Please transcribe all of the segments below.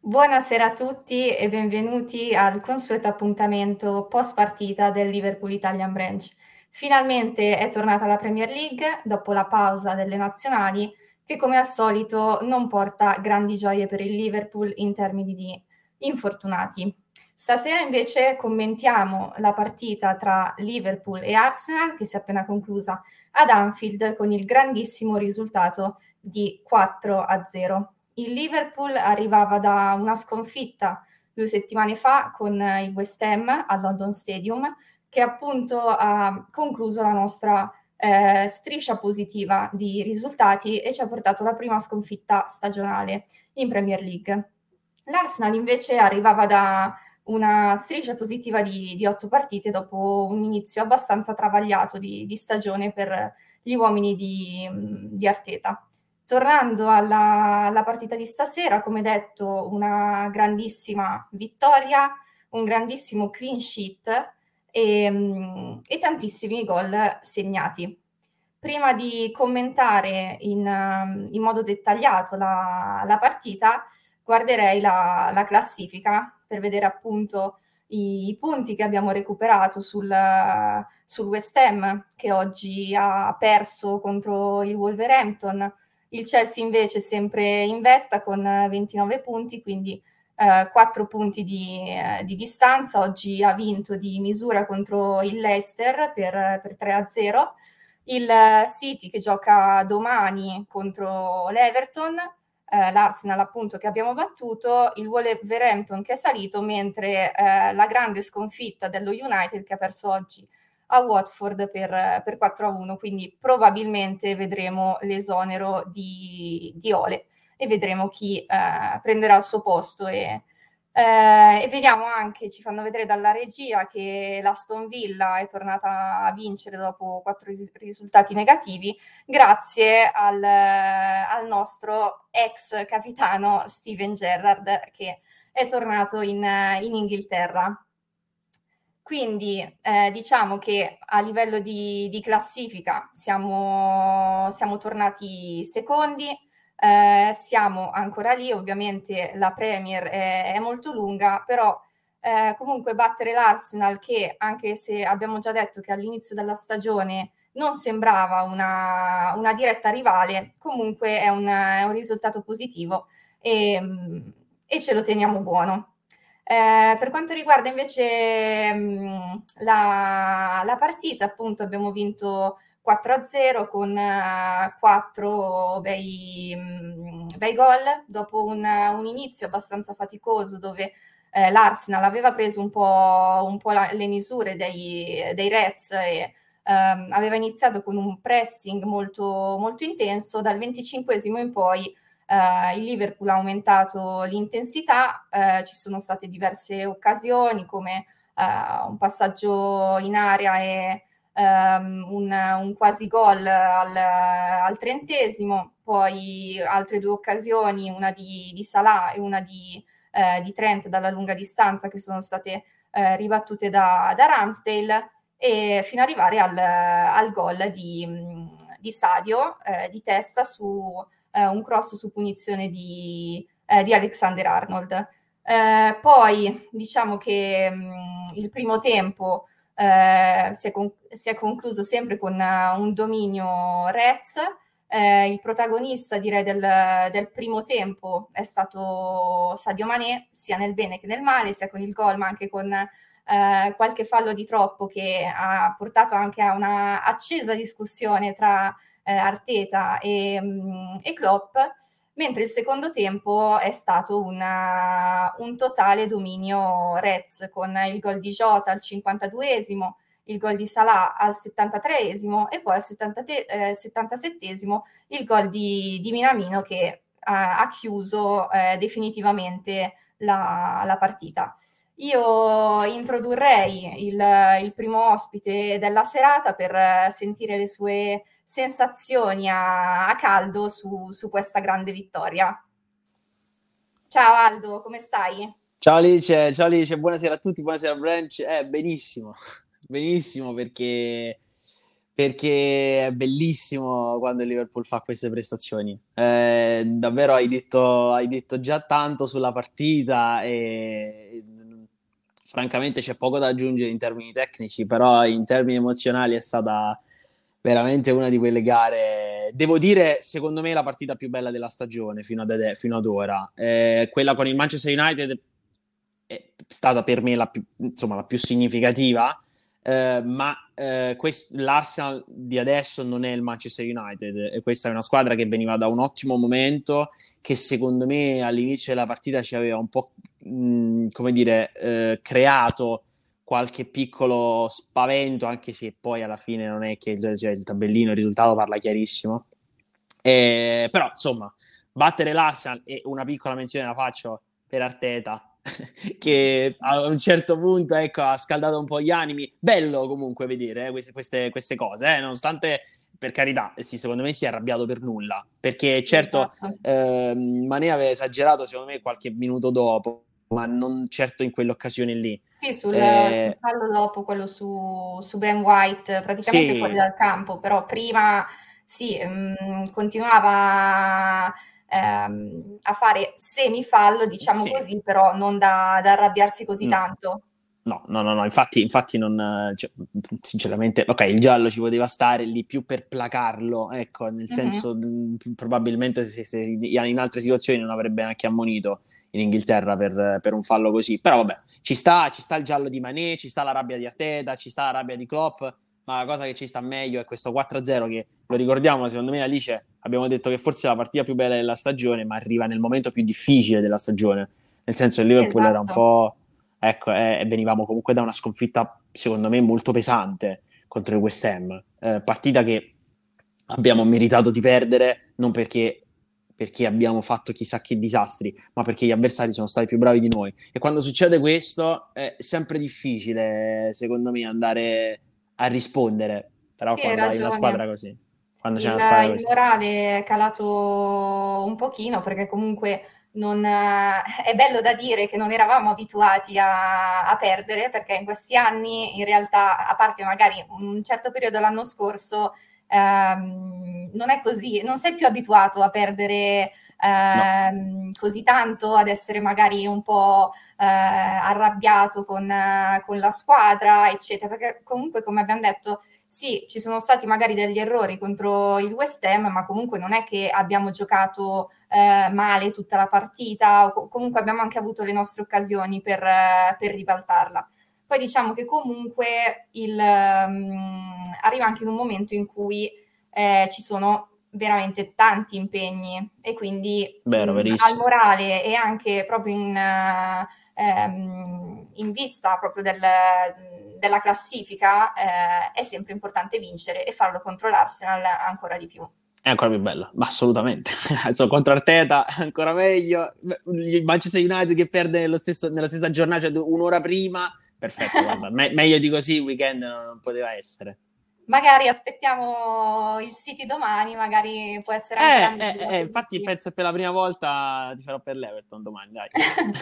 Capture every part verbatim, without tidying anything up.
Buonasera a tutti e benvenuti al consueto appuntamento post partita del Liverpool Italian Branch. Finalmente è tornata la Premier League dopo la pausa delle nazionali che come al solito non porta grandi gioie per il Liverpool in termini di infortunati. Stasera invece commentiamo la partita tra Liverpool e Arsenal che si è appena conclusa ad Anfield con il grandissimo risultato di quattro a zero. Il Liverpool arrivava da una sconfitta due settimane fa con il West Ham al London Stadium, che appunto ha concluso la nostra eh, striscia positiva di risultati e ci ha portato la prima sconfitta stagionale in Premier League. L'Arsenal invece arrivava da una striscia positiva di, di otto partite dopo un inizio abbastanza travagliato di, di stagione per gli uomini di, di Arteta. Tornando alla, alla partita di stasera, come detto, una grandissima vittoria, un grandissimo clean sheet e, e tantissimi gol segnati. Prima di commentare in, in modo dettagliato la, la partita, guarderei la, la classifica per vedere appunto i, i punti che abbiamo recuperato sul, sul West Ham, che oggi ha perso contro il Wolverhampton. Il Chelsea invece è sempre in vetta con ventinove punti, quindi eh, quattro punti di, eh, di distanza. Oggi ha vinto di misura contro il Leicester per, per tre a zero. Il City che gioca domani contro l'Everton, eh, l'Arsenal appunto che abbiamo battuto, il Wolverhampton che è salito, mentre eh, la grande sconfitta dello United che ha perso oggi a Watford per, per quattro a uno, quindi probabilmente vedremo l'esonero di, di Ole e vedremo chi eh, prenderà il suo posto e, eh, e vediamo anche, ci fanno vedere dalla regia che l'Aston Villa è tornata a vincere dopo quattro ris- risultati negativi grazie al, al nostro ex capitano Steven Gerrard che è tornato in, in Inghilterra. Quindi eh, diciamo che a livello di, di classifica siamo, siamo tornati secondi, eh, siamo ancora lì, ovviamente la Premier è, è molto lunga, però eh, comunque battere l'Arsenal che anche se abbiamo già detto che all'inizio della stagione non sembrava una, una diretta rivale, comunque è un, è un risultato positivo e, e ce lo teniamo buono. Eh, per quanto riguarda invece mh, la, la partita, appunto abbiamo vinto quattro a zero con uh, quattro bei, mh, bei gol dopo un, un inizio abbastanza faticoso dove eh, l'Arsenal aveva preso un po', un po la, le misure dei, dei Reds e ehm, aveva iniziato con un pressing molto, molto intenso. Dal venticinquesimo in poi Uh, il Liverpool ha aumentato l'intensità, uh, ci sono state diverse occasioni come uh, un passaggio in area e um, un, un quasi gol al, al trentesimo, poi altre due occasioni, una di, di Salah e una di, uh, di Trent dalla lunga distanza che sono state uh, ribattute da, da Ramsdale e fino ad arrivare al, al gol di, di Sadio uh, di testa su eh, un cross su punizione di, eh, di Alexander Arnold. Eh, poi diciamo che mh, il primo tempo eh, si, è con- si, è concluso sempre con uh, un dominio Reds. Eh, il protagonista direi del, del, primo tempo è stato Sadio Mané, sia nel bene che nel male, sia con il gol ma anche con eh, qualche fallo di troppo che ha portato anche a una accesa discussione tra eh, Arteta e, mh, e Klopp, mentre il secondo tempo è stato una, un totale dominio Reds con il gol di Jota al cinquantaduesimo, il gol di Salah al settantatreesimo e poi al settantasettesimo il gol di, di Minamino che ha, ha chiuso eh, definitivamente la, la partita. Io introdurrei il, il primo ospite della serata per sentire le sue sensazioni a, a caldo su, su questa grande vittoria. Ciao Aldo, come stai? Ciao Alice, ciao Alice, buonasera a tutti, buonasera Branch. Eh, benissimo, benissimo perché perché è bellissimo quando il Liverpool fa queste prestazioni. Eh, davvero hai detto, hai detto già tanto sulla partita e francamente c'è poco da aggiungere in termini tecnici, però in termini emozionali è stata veramente una di quelle gare. Devo dire, secondo me, la partita più bella della stagione fino ad, ade- fino ad ora. Eh, quella con il Manchester United è stata per me la più, insomma, la più significativa. Eh, ma eh, quest- l'Arsenal di adesso non è il Manchester United, e questa è una squadra che veniva da un ottimo momento, che secondo me all'inizio della partita ci aveva un po' mh, come dire, eh, creato qualche piccolo spavento, anche se poi alla fine non è che il, cioè, il tabellino, il risultato parla chiarissimo. Eh, però insomma, battere l'Arsenal, e una piccola menzione la faccio per Arteta, che a un certo punto ecco, ha scaldato un po' gli animi. Bello comunque vedere eh, queste, queste, queste cose, eh, nonostante, per carità, sì, secondo me si è arrabbiato per nulla, perché Sì, certo esatto. eh, Mané aveva esagerato secondo me qualche minuto dopo, ma non certo in quell'occasione lì. Sì, sul, sul Eh, fallo dopo, quello su, su Ben White, praticamente fuori sì, dal campo, però prima sì, mh, continuava ehm, a fare semifallo, diciamo sì, così, però non da, da arrabbiarsi così no. tanto. No, no, no, no, infatti, infatti non, cioè, sinceramente, ok, il giallo ci poteva stare lì più per placarlo, ecco, nel Mhm. senso, mh, probabilmente se, se in altre situazioni non avrebbe neanche ammonito in Inghilterra per, per un fallo così, però vabbè, ci sta, ci sta il giallo di Mané, ci sta la rabbia di Arteta, ci sta la rabbia di Klopp, ma la cosa che ci sta meglio è questo quattro a zero che, lo ricordiamo, secondo me Alice, abbiamo detto che forse è la partita più bella della stagione, ma arriva nel momento più difficile della stagione, nel senso il Sì, Liverpool era un esatto. po'. Ecco, e eh, venivamo comunque da una sconfitta, secondo me, molto pesante contro il West Ham. Eh, partita che abbiamo meritato di perdere, non perché, perché abbiamo fatto chissà che disastri, ma perché gli avversari sono stati più bravi di noi. E quando succede questo è sempre difficile, secondo me, andare a rispondere. Però Sì, hai quando hai una squadra ragione. così, quando c'è Il, una squadra il così. morale è calato un pochino perché comunque non, eh, è bello da dire che non eravamo abituati a, a perdere perché in questi anni in realtà, a parte magari un certo periodo l'anno scorso, ehm, non è così, non sei più abituato a perdere No, ehm, così tanto, ad essere magari un po' eh, arrabbiato con, eh, con la squadra, eccetera, perché comunque come abbiamo detto sì, ci sono stati magari degli errori contro il West Ham, ma comunque non è che abbiamo giocato eh, male tutta la partita, o co- comunque abbiamo anche avuto le nostre occasioni per, eh, per ribaltarla. Poi diciamo che comunque il, um, arriva anche in un momento in cui eh, ci sono veramente tanti impegni e quindi vero, mh, al verissimo. morale e anche proprio in, uh, ehm, in vista proprio del, della classifica eh, è sempre importante vincere e farlo contro l'Arsenal ancora di più. È ancora più bello, ma assolutamente. Insomma, contro Arteta ancora meglio. Il Manchester United che perde nello stesso- nella stessa giornata, cioè un'ora prima. Perfetto, guarda, me- meglio di così il weekend non, non poteva essere. Magari aspettiamo il City domani, magari può essere anche la Eh, eh, meglio eh, infatti così. penso che per la prima volta ti farò per l'Everton domani, dai.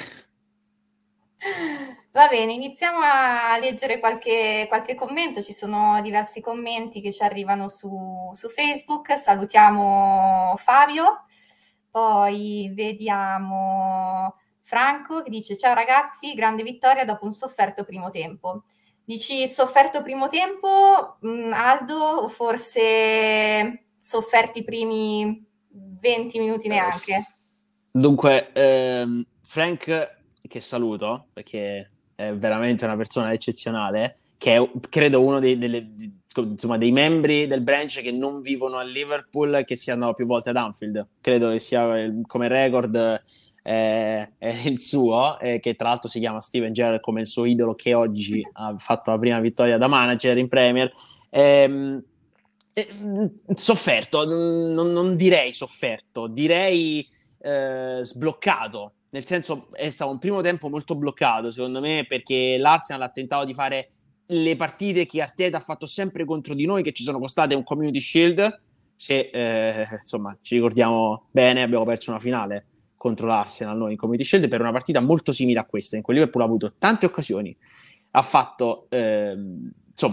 Va bene, iniziamo a leggere qualche, qualche commento. Ci sono diversi commenti che ci arrivano su, su Facebook. Salutiamo Fabio, poi vediamo Franco che dice: Ciao ragazzi, grande vittoria dopo un sofferto primo tempo. Dici sofferto primo tempo, mh, Aldo, o forse sofferti i primi venti minuti Eh, neanche? Dunque, ehm, Frank, che saluto perché è veramente una persona eccezionale, che è credo uno dei, delle- di- insomma, dei membri del branch che non vivono a Liverpool, che si andano più volte ad Anfield. Credo che sia il- come record eh, è il suo, eh, che tra l'altro si chiama Steven Gerrard come il suo idolo, che oggi ha fatto la prima vittoria da manager in Premier. Ehm, eh, Sofferto, non, non direi sofferto, direi eh, sbloccato. Nel senso, è stato un primo tempo molto bloccato, secondo me, perché l'Arsenal ha tentato di fare le partite che Arteta ha fatto sempre contro di noi, che ci sono costate un Community Shield. Se eh, insomma ci ricordiamo bene, abbiamo perso una finale contro l'Arsenal noi in Community Shield per una partita molto simile a questa, in cui Liverpool ha avuto tante occasioni, ha fatto ehm, insomma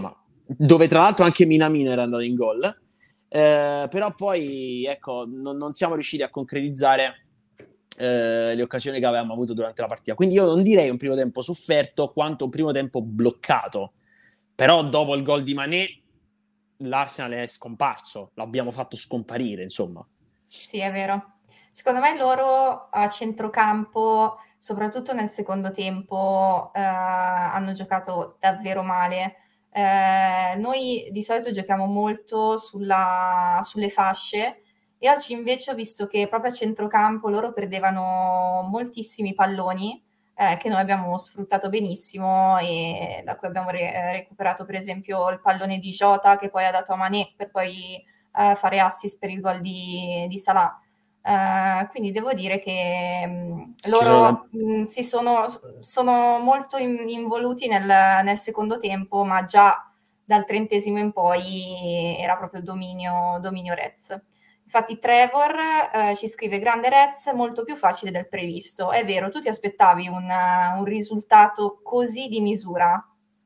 dove tra l'altro anche Minamino era andato in gol, eh, però poi ecco non, non siamo riusciti a concretizzare eh, le occasioni che avevamo avuto durante la partita. Quindi io non direi un primo tempo sofferto quanto un primo tempo bloccato, però dopo il gol di Mané l'Arsenal è scomparso, l'abbiamo fatto scomparire, insomma. Sì, è vero. Secondo me loro a centrocampo, soprattutto nel secondo tempo, eh, hanno giocato davvero male. Eh, noi di solito giochiamo molto sulla, sulle fasce e oggi invece ho visto che proprio a centrocampo loro perdevano moltissimi palloni eh, che noi abbiamo sfruttato benissimo e da cui abbiamo re- recuperato per esempio il pallone di Jota che poi ha dato a Mané per poi eh, fare assist per il gol di, di Salah. Uh, quindi devo dire che mh, Ci sono loro da... mh, si sono, sono molto in, involuti nel, nel secondo tempo, ma già dal trentesimo in poi era proprio dominio, dominio Reds. Infatti Trevor uh, ci scrive grande Reds, molto più facile del previsto. È vero, tu ti aspettavi un, un risultato così di misura?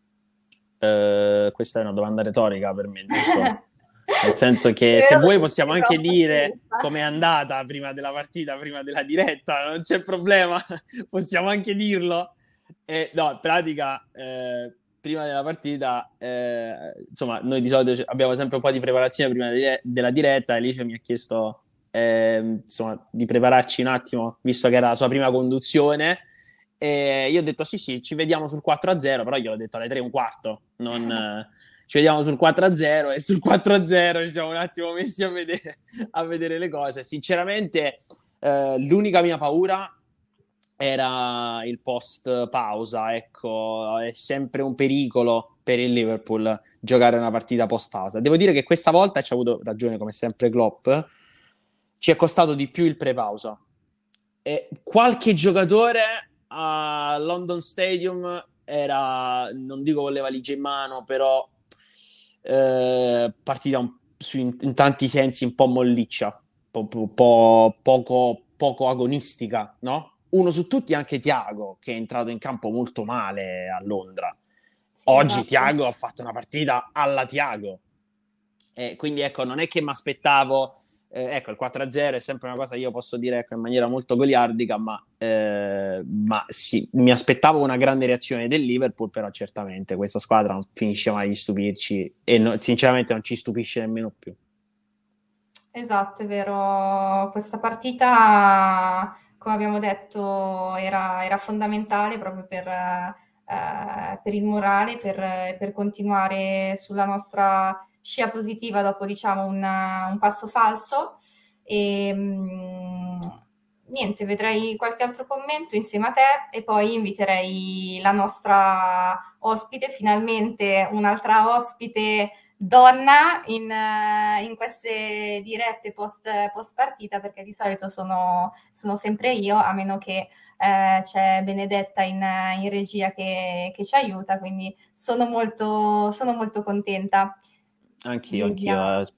Uh, questa è una domanda retorica per me, giusto? Nel senso che se Spero vuoi che possiamo sei anche troppo dire ottimista. com'è andata prima della partita, prima della diretta, non c'è problema, possiamo anche dirlo. E, no, in pratica, eh, prima della partita, eh, insomma, noi di solito abbiamo sempre un po' di preparazione prima de- della diretta. Alice mi ha chiesto, eh, insomma, di prepararci un attimo, visto che era la sua prima conduzione. E io ho detto sì, sì, ci vediamo sul quattro a zero, però io l'ho detto alle tre e un quarto, non... ci vediamo sul quattro a zero e sul quattro a zero ci siamo un attimo messi a vedere, a vedere le cose. Sinceramente, eh, l'unica mia paura era il post pausa, ecco, è sempre un pericolo per il Liverpool giocare una partita post pausa. Devo dire che questa volta ci ha avuto ragione come sempre Klopp, ci è costato di più il pre-pausa. E qualche giocatore a London Stadium era, non dico con le valigie in mano, però eh, partita un, su, in, in tanti sensi un po' molliccia, po', po', po', poco, poco agonistica, no? Uno su tutti anche Thiago, che è entrato in campo molto male a Londra. Sì, Oggi esatto. Thiago ha fatto una partita alla Thiago. E quindi ecco, non è che mi aspettavo eh, ecco, il quattro a zero è sempre una cosa che io posso dire ecco, in maniera molto goliardica, ma, eh, ma sì, mi aspettavo una grande reazione del Liverpool, però certamente questa squadra non finisce mai di stupirci e no, sinceramente non ci stupisce nemmeno più. Esatto, è vero. Questa partita, come abbiamo detto, era, era fondamentale proprio per, eh, per il morale, per, per continuare sulla nostra scia positiva dopo, diciamo, un, un passo falso. E mh, niente, vedrei qualche altro commento insieme a te e poi inviterei la nostra ospite, finalmente un'altra ospite donna in, eh, in queste dirette post, post partita, perché di solito sono, sono sempre io, a meno che eh, c'è Benedetta in, in regia che, che ci aiuta, quindi sono molto, sono molto contenta. Anch'io, Vediamo. anch'io. eh.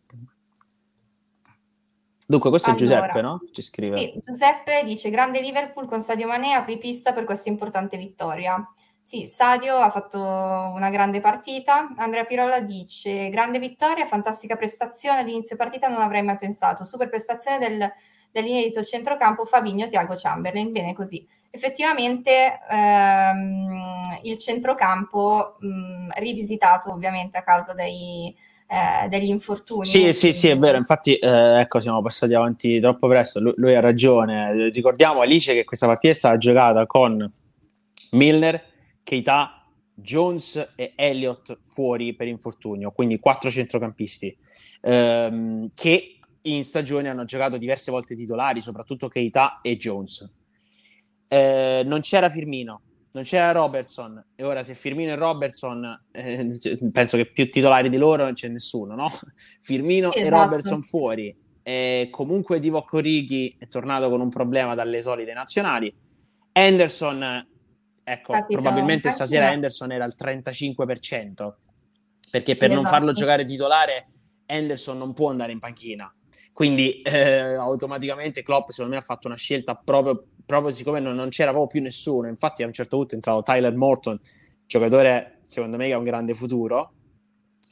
Dunque, questo è Allora, Giuseppe, no? Ci scrive. sì, Giuseppe dice grande Liverpool con Sadio Mané apripista per questa importante vittoria. Sì, Sadio ha fatto una grande partita. Andrea Pirola dice grande vittoria, fantastica prestazione, all'inizio partita non avrei mai pensato, super prestazione del, dell'inedito centrocampo Fabinho, Thiago Chamberlain, bene così. Effettivamente ehm, il centrocampo mh, rivisitato ovviamente a causa dei, eh, degli Sì, infortuni. sì, sì, è vero. Infatti, eh, ecco, siamo passati avanti troppo presto. Lui, lui ha ragione. Ricordiamo Alice che questa partita è stata giocata con Milner, Keita, Jones e Elliott fuori per infortunio, quindi quattro centrocampisti ehm, che in stagione hanno giocato diverse volte titolari, soprattutto Keita e Jones. Eh, non c'era Firmino, non c'era Robertson, e ora se Firmino e Robertson, eh, penso che più titolari di loro non c'è nessuno, no? Firmino Sì, e esatto. Robertson fuori. E comunque Divock Origi è tornato con un problema dalle solite nazionali. Henderson, ecco, Infatti c'è un probabilmente stasera panchina. Henderson era al trentacinque per cento, perché Sì, per non farlo esatto. giocare titolare Henderson non può andare in panchina. Quindi eh, automaticamente Klopp secondo me ha fatto una scelta proprio, proprio siccome non, non c'era proprio più nessuno. Infatti a un certo punto è entrato Tyler Morton, giocatore secondo me che ha un grande futuro,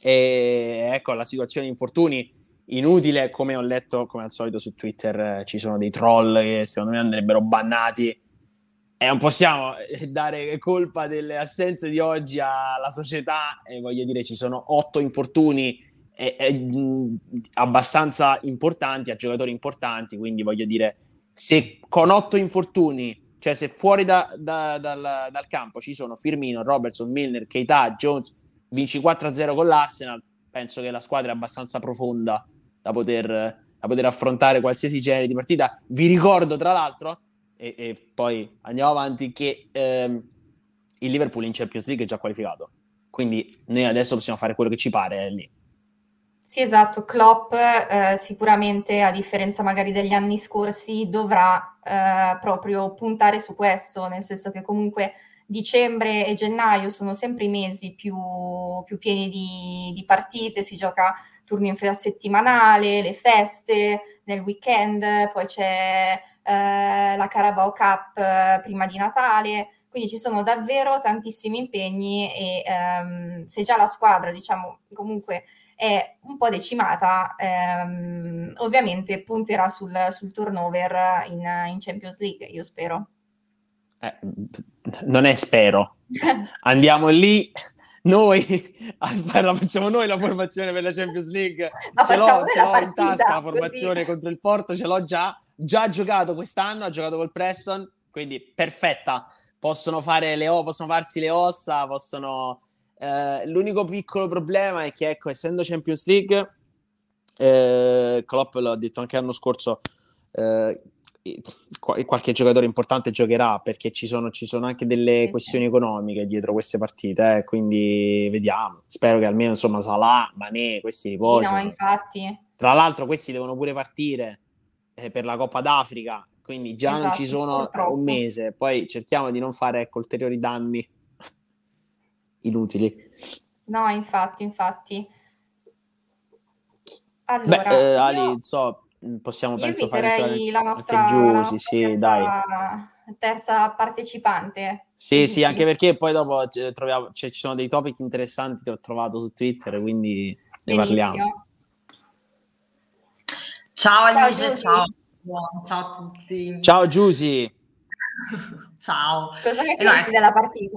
E ecco, la situazione di infortuni inutile, come ho letto, come al solito su Twitter, eh, ci sono dei troll che secondo me andrebbero bannati e non possiamo dare colpa delle assenze di oggi alla società. E voglio dire, ci sono otto infortuni e, e, mh, abbastanza importanti a giocatori importanti, quindi voglio dire, se con otto infortuni, cioè se fuori da, da, dal, dal campo ci sono Firmino, Robertson, Milner, Keita, Jones, vinci quattro a zero con l'Arsenal, penso che la squadra è abbastanza profonda da poter, da poter affrontare qualsiasi genere di partita. Vi ricordo tra l'altro, e, e poi andiamo avanti, che ehm, il Liverpool in Champions League è già qualificato, quindi noi adesso possiamo fare quello che ci pare lì. Sì, esatto, Klopp eh, sicuramente, a differenza magari degli anni scorsi, dovrà eh, proprio puntare su questo, nel senso che comunque dicembre e gennaio sono sempre i mesi più, più pieni di, di partite, si gioca turni infrasettimanale, le feste nel weekend, poi c'è eh, la Carabao Cup eh, prima di Natale, quindi ci sono davvero tantissimi impegni e ehm, se già la squadra, diciamo, comunque è un po' decimata, ehm, ovviamente punterà sul, sul turnover in, in Champions League, io spero. Eh, non è spero. Andiamo lì, noi aspetta, facciamo noi la formazione per la Champions League. Ma Ce facciamo l'ho, noi ce la l'ho in partita, tasca la così. formazione contro il Porto, ce l'ho già. Già giocato quest'anno, ha giocato col Preston, quindi perfetta. Possono fare le o- possono farsi le ossa, possono... Eh, l'unico piccolo problema è che, ecco, essendo Champions League, eh, Klopp l'ha detto anche l'anno scorso, eh, qualche giocatore importante giocherà perché ci sono, ci sono anche delle Sì, questioni sì. economiche dietro queste partite, eh, quindi vediamo. Spero che almeno insomma Salah, Mané, questi Sì, no, riposino. infatti. Tra l'altro questi devono pure partire eh, per la Coppa d'Africa, quindi già non ci Esatto, sono un purtroppo. mese. Poi cerchiamo di non fare, ecco, ulteriori danni inutili. No, infatti, infatti. Beh, Allora, eh, Ali, io, so, possiamo io penso fare entrare inviterei la anche nostra, la giù, sì, nostra sì, dai. terza, terza partecipante. Che Sì, sì, anche dici? perché poi dopo eh, troviamo, cioè, ci sono dei topic interessanti che ho trovato su Twitter, quindi ne parliamo. Benissimo. Ciao Ciao Alice, ciao, Giusy, ciao a tutti. Ciao Giusy! Ciao. cosa ne Eh, no, è- pensi della partita?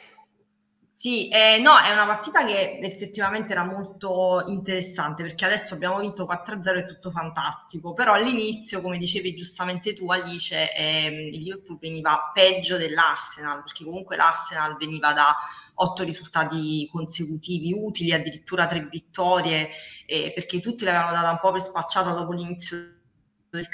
sì, eh, no, è una partita che effettivamente era molto interessante perché adesso abbiamo vinto quattro a zero, è tutto fantastico, però all'inizio, come dicevi giustamente tu Alice, ehm, il Liverpool veniva peggio dell'Arsenal, perché comunque l'Arsenal veniva da otto risultati consecutivi utili, addirittura tre vittorie, eh, perché tutti l'avevano data un po' per spacciata dopo l'inizio del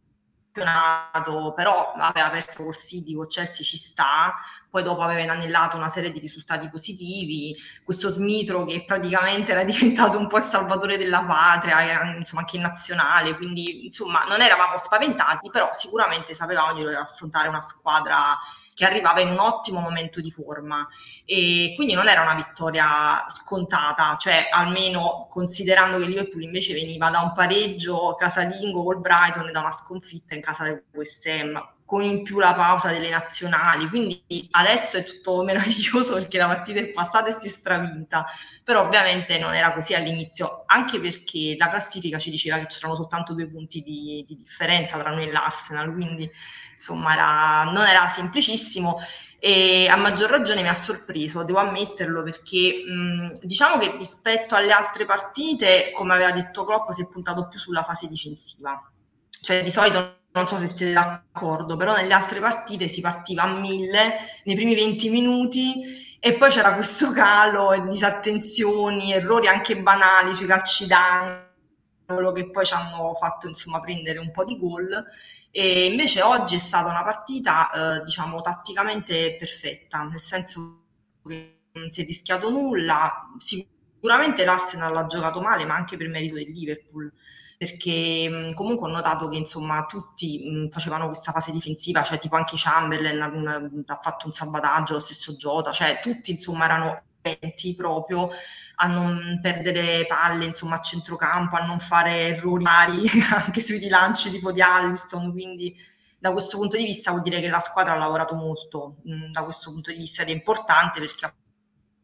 campionato, però aveva perso col City, con Chelsea ci sta, poi dopo aveva inanellato una serie di risultati positivi, questo Smitro che praticamente era diventato un po' il salvatore della patria, insomma anche in nazionale, quindi insomma non eravamo spaventati, però sicuramente sapevamo di dover affrontare una squadra che arrivava in un ottimo momento di forma e quindi non era una vittoria scontata, cioè almeno considerando che Liverpool invece veniva da un pareggio casalingo col Brighton e da una sconfitta in casa del West Ham, con in più la pausa delle nazionali, quindi adesso è tutto meraviglioso perché la partita è passata e si è stravinta, però ovviamente non era così all'inizio, anche perché la classifica ci diceva che c'erano soltanto due punti di, di differenza tra noi e l'Arsenal, quindi insomma era, non era semplicissimo e a maggior ragione mi ha sorpreso, devo ammetterlo, perché mh, diciamo che rispetto alle altre partite, come aveva detto Klopp, si è puntato più sulla fase difensiva, cioè di solito non so se siete d'accordo, però nelle altre partite si partiva a mille nei primi venti minuti e poi c'era questo calo e disattenzioni, errori anche banali sui calci d'angolo che poi ci hanno fatto insomma prendere un po' di gol e invece oggi è stata una partita eh, diciamo tatticamente perfetta, nel senso che non si è rischiato nulla, sicuramente l'Arsenal ha giocato male ma anche per merito del Liverpool perché mh, comunque ho notato che insomma tutti mh, facevano questa fase difensiva, cioè tipo anche Chamberlain ha, ha fatto un salvataggio, lo stesso Jota, cioè tutti insomma erano attenti proprio a non perdere palle insomma a centrocampo, a non fare errori vari anche sui rilanci tipo di Alisson, quindi da questo punto di vista vuol dire che la squadra ha lavorato molto mh, da questo punto di vista ed è importante perché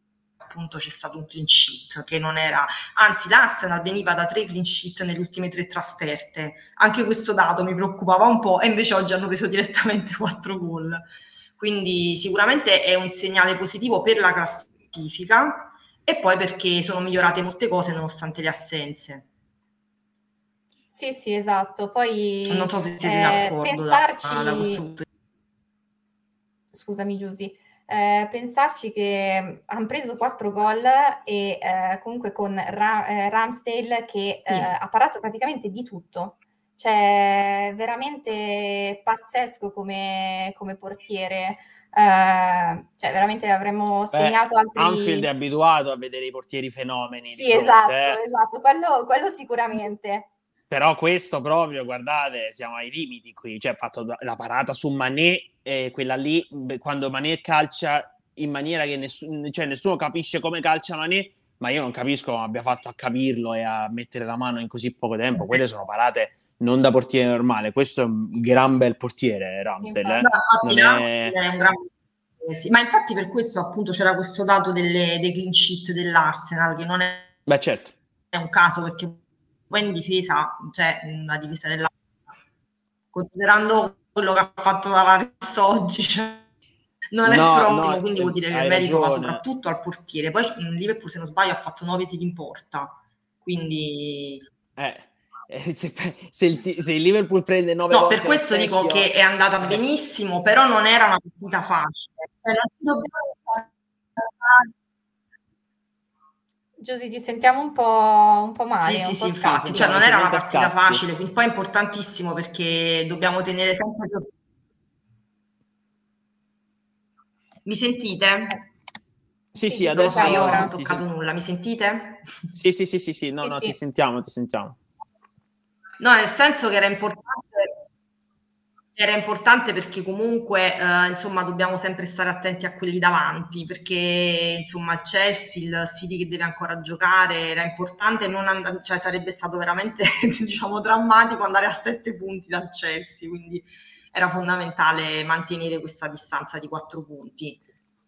appunto c'è stato un clean sheet, che non era, anzi l'Arsenal veniva da tre clean sheet nelle ultime tre trasferte, anche questo dato mi preoccupava un po', e invece oggi hanno preso direttamente quattro gol, quindi sicuramente è un segnale positivo per la classifica e poi perché sono migliorate molte cose nonostante le assenze. Sì, sì, esatto. Poi non so se siete eh, d'accordo da, pensarci... da questo punto di vista. Scusami Giusy, eh, pensarci che hanno preso quattro gol e eh, comunque con Ra- eh, Ramsdale che eh, Sì. ha parato praticamente di tutto, cioè veramente pazzesco come, come portiere, eh, cioè veramente avremmo segnato Beh, altri... Anfield è abituato a vedere i portieri fenomeni Sì, di fronte, esatto, eh. esatto, quello, quello sicuramente. Però questo proprio, guardate, siamo ai limiti qui. Cioè, ha fatto la parata su Mané, eh, quella lì, quando Mané calcia in maniera che nessuno, cioè, nessuno capisce come calcia Mané, ma io non capisco come abbia fatto a capirlo e a mettere la mano in così poco tempo. Quelle sono parate non da portiere normale. Questo è un gran bel portiere, Ramsdale. Eh? No, infatti, Non è... è un gran... sì. Ma infatti per questo appunto c'era questo dato delle, dei clean sheet dell'Arsenal, che non è, Beh, certo. è un caso, perché poi in difesa, cioè la difesa dell'Arsenal, considerando quello che ha fatto Tavares oggi, cioè, non No, è proprio, no, quindi vuol dire che il hai merito va ragione. soprattutto al portiere. Poi il Liverpool, se non sbaglio, ha fatto nove tiri in porta, quindi... Eh. Se, se, il, se il Liverpool prende nove no, volte per questo lo specchio, dico che è andata eh. benissimo, però non era una partita facile. Cioè, non ci dobbiamo fare... Giusy, ti sentiamo un po', un po' male, Sì, sì, un sì, po' infatti, scatti. cioè non era una leggermente a partita scatti. facile, quindi poi è importantissimo perché dobbiamo tenere sempre sotto... Mi sentite? Sì, Sì, sì, ti Non lo so, sentiamo io non adesso ho ora. ti toccato sen- nulla, mi sentite? sì, sì, sì, sì, sì, no, Sì, no, ti sì. sentiamo, ti sentiamo. No, nel senso che era importante, era importante perché comunque, eh, insomma, dobbiamo sempre stare attenti a quelli davanti, perché insomma il Chelsea, il City che deve ancora giocare, era importante non andare, cioè sarebbe stato veramente, diciamo, drammatico andare a sette punti dal Chelsea, quindi era fondamentale mantenere questa distanza di quattro punti.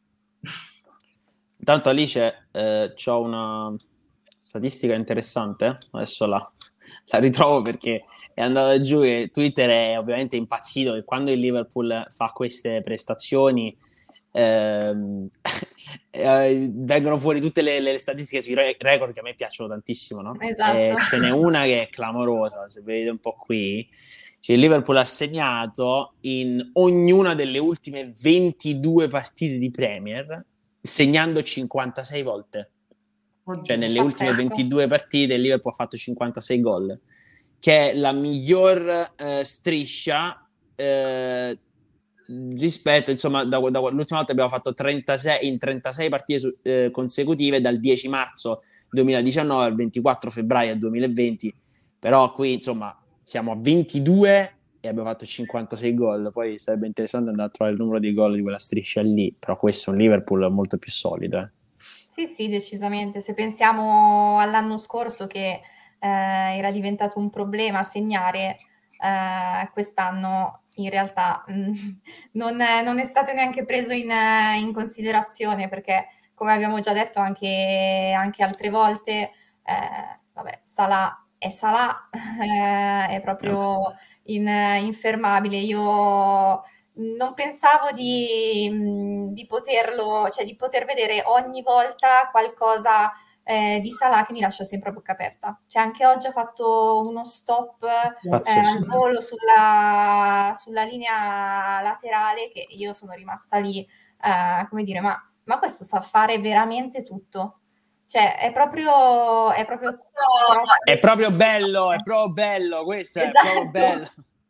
Intanto Alice, eh, c'ho una statistica interessante, adesso la, la ritrovo perché è andata giù e Twitter è ovviamente impazzito che quando il Liverpool fa queste prestazioni ehm, eh, vengono fuori tutte le, le statistiche sui re- record che a me piacciono tantissimo, no? Esatto. E ce n'è una che è clamorosa, se vedete un po' qui. Cioè, il Liverpool ha segnato in ognuna delle ultime ventidue partite di Premier, segnando cinquantasei volte. Oddio. Cioè, nelle Pazzesco. ultime ventidue partite il Liverpool ha fatto cinquantasei gol, che è la miglior eh, striscia eh, rispetto, insomma, da, da, l'ultima volta abbiamo fatto trentasei, in trentasei partite su, eh, consecutive dal dieci marzo duemiladiciannove al ventiquattro febbraio duemilaventi, però qui, insomma, siamo a ventidue e abbiamo fatto cinquantasei gol. Poi sarebbe interessante andare a trovare il numero di gol di quella striscia lì, però questo è un Liverpool molto più solido. Eh. Sì, sì, decisamente. Se pensiamo all'anno scorso che eh, era diventato un problema segnare, eh, quest'anno in realtà mh, non, è, non è stato neanche preso in, in considerazione perché, come abbiamo già detto anche, anche altre volte, eh, vabbè, Salah è Salah, eh, è proprio in, infermabile. Io non pensavo di, mh, di poterlo, cioè di poter vedere ogni volta qualcosa eh, di Salah che mi lascia sempre a bocca aperta. Cioè anche oggi ha fatto uno stop eh, al volo sulla, sulla linea laterale che io sono rimasta lì, eh, come dire, ma, ma questo sa fare veramente tutto. Cioè è proprio, è proprio troppo... È proprio bello, è proprio bello, questo esatto. è proprio bello.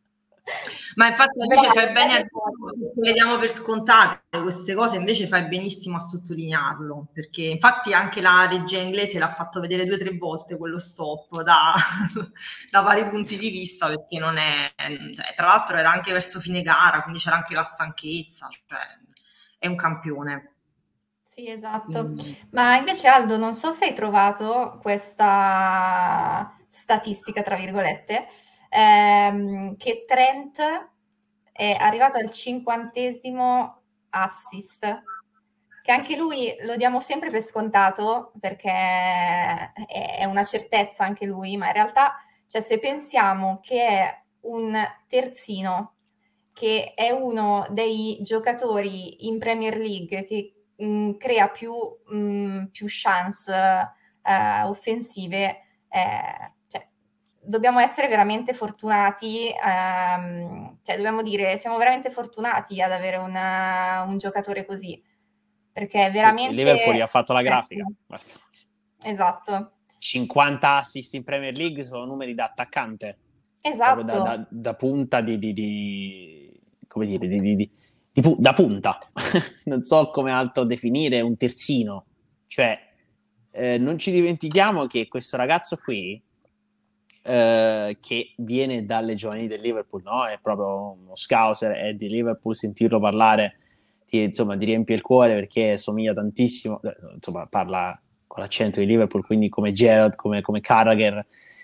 Ma infatti Alice fai bene a dire, le diamo per scontate queste cose, invece fai benissimo a sottolinearlo, perché infatti anche la regia inglese l'ha fatto vedere due o tre volte quello stop da, da vari punti di vista, perché non è, cioè, tra l'altro era anche verso fine gara, quindi c'era anche la stanchezza, cioè è un campione. Sì, esatto. Mm. Ma invece Aldo, non so se hai trovato questa statistica, tra virgolette, ehm, che Trent è arrivato al cinquantesimo assist, che che anche lui lo diamo sempre per scontato, perché è una certezza anche lui, ma in realtà, cioè, se pensiamo che è un terzino, che è uno dei giocatori in Premier League che mh, crea più, mh, più chance eh, offensive, eh, cioè, dobbiamo essere veramente fortunati, ehm, cioè dobbiamo dire siamo veramente fortunati ad avere una, un giocatore così, perché è veramente... Il Liverpool gli ha fatto la grafica. Ecco. Esatto. cinquanta assist in Premier League sono numeri da attaccante. Esatto. Da, da, da punta di, di, di come dire, di, di, di, di, da punta. Non so come altro definire un terzino. Cioè, eh, non ci dimentichiamo che questo ragazzo qui, eh, che viene dalle giovanili del Liverpool, no? È proprio uno scouser, è di Liverpool, sentirlo parlare ti, insomma, ti riempie il cuore perché somiglia tantissimo, insomma, parla con l'accento di Liverpool, quindi come Gerrard, come, come Carragher,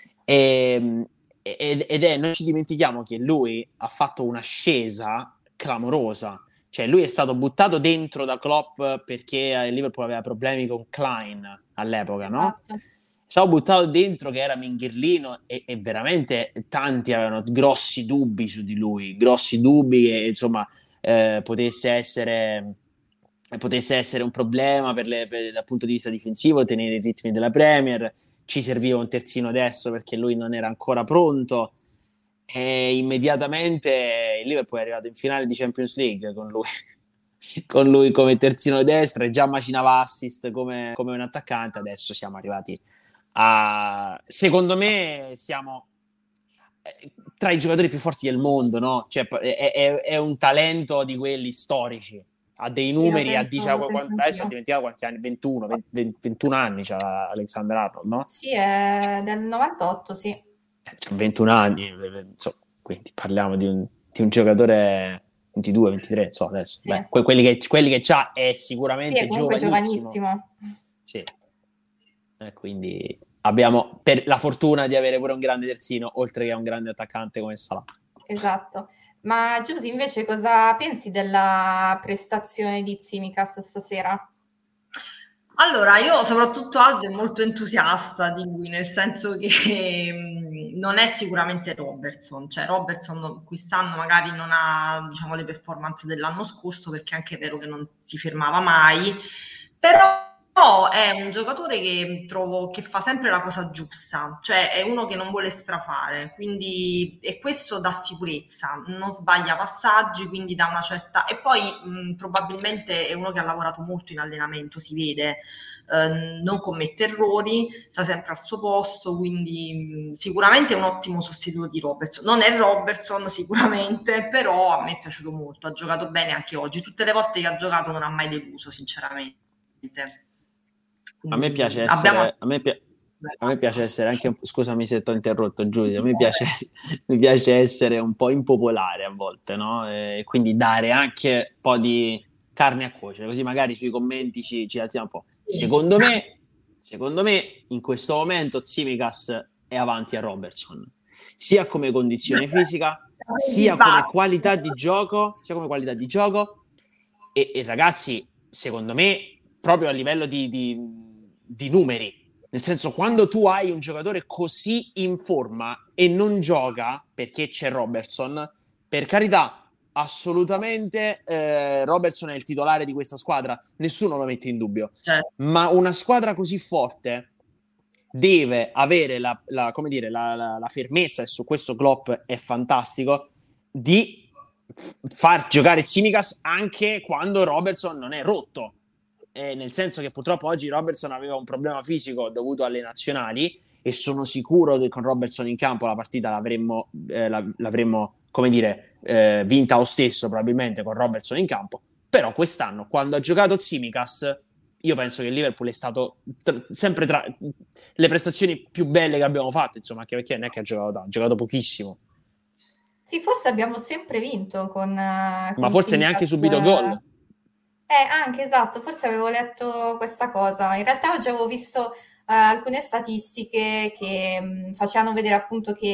e, ed, ed è, non ci dimentichiamo che lui ha fatto un'ascesa clamorosa, cioè lui è stato buttato dentro da Klopp perché il Liverpool aveva problemi con Klein all'epoca, no? Esatto. È stato buttato dentro che era Mingherlino e, e veramente tanti avevano grossi dubbi su di lui, grossi dubbi che insomma eh, potesse essere potesse essere un problema per le, per, dal punto di vista difensivo, tenere i ritmi della Premier. Ci serviva un terzino destro perché lui non era ancora pronto e immediatamente il Liverpool è arrivato in finale di Champions League con lui con lui come terzino destro e già macinava assist come, come un attaccante. Adesso siamo arrivati a, secondo me siamo tra i giocatori più forti del mondo, no? Cioè, è, è, è un talento di quelli storici, ha dei Sì, numeri, penso, a diciannove, adesso ho dimenticato quanti anni, ventuno, venti, ventuno anni c'ha Alexander Arnold, no? Sì, è del novantotto, sì. Eh, c'ha ventuno anni, insomma, quindi parliamo di un, di un giocatore ventidue, ventitré, so adesso. Sì. Beh, que- quelli, che, quelli che c'ha è sicuramente sì, è comunque giovanissimo. giovanissimo. Sì. Eh, quindi abbiamo per la fortuna di avere pure un grande terzino, oltre che un grande attaccante come Salah. Esatto. Ma Giusy, invece cosa pensi della prestazione di Tsimikas stasera? Allora, io soprattutto Aldo è molto entusiasta di lui, nel senso che mh, non è sicuramente Robertson, cioè Robertson quest'anno magari non ha, diciamo, le performance dell'anno scorso, perché è anche vero che non si fermava mai, però è un giocatore che trovo che fa sempre la cosa giusta, cioè è uno che non vuole strafare, quindi e questo dà sicurezza, non sbaglia passaggi, quindi dà una certa... E poi mh, probabilmente è uno che ha lavorato molto in allenamento, si vede, eh, non commette errori, sta sempre al suo posto, quindi mh, sicuramente è un ottimo sostituto di Robertson. Non è Robertson sicuramente, però a me è piaciuto molto, ha giocato bene anche oggi, tutte le volte che ha giocato non ha mai deluso, sinceramente. A me piace essere, Abbiamo... a me, pi- a me piace essere anche un po', scusami se ti ho interrotto Giulia, a me piace, mi piace essere un po' impopolare a volte, no? E quindi dare anche un po' di carne a cuocere, così magari sui commenti ci, ci alziamo un po'. Secondo me, secondo me in questo momento Tsimikas è avanti a Robertson, sia come condizione fisica, sia come qualità di gioco, sia come qualità di gioco e, e ragazzi, secondo me, proprio a livello di, di, di numeri, nel senso, quando tu hai un giocatore così in forma e non gioca perché c'è Robertson, per carità, assolutamente eh, Robertson è il titolare di questa squadra, nessuno lo mette in dubbio, certo. Ma una squadra così forte deve avere la, la, come dire, la, la, la fermezza, e su questo Klopp è fantastico, di far giocare Tsimikas anche quando Robertson non è rotto. Eh, nel senso che purtroppo oggi Robertson aveva un problema fisico dovuto alle nazionali e sono sicuro che con Robertson in campo la partita l'avremmo, eh, l'avremmo come dire, eh, vinta lo stesso probabilmente con Robertson in campo, però quest'anno quando ha giocato Tsimikas io penso che il Liverpool è stato tra, sempre tra le prestazioni più belle che abbiamo fatto, insomma, anche perché non è che ha giocato tanto, ha giocato pochissimo. Sì, forse abbiamo sempre vinto con, con ma forse Tsimikas, neanche subito gol. Eh, anche esatto, forse avevo letto questa cosa. In realtà oggi avevo visto uh, alcune statistiche che mh, facevano vedere appunto che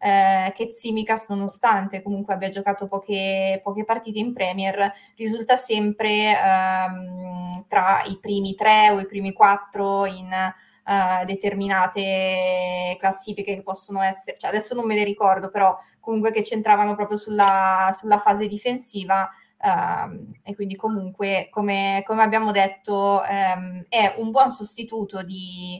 eh, che Tsimikas, nonostante comunque abbia giocato poche, poche partite in Premier, risulta sempre ehm, tra i primi tre o i primi quattro in uh, determinate classifiche che possono essere, cioè adesso non me le ricordo, però comunque che c'entravano proprio sulla, sulla fase difensiva. Um, e quindi comunque, come, come abbiamo detto, um, è un buon sostituto di,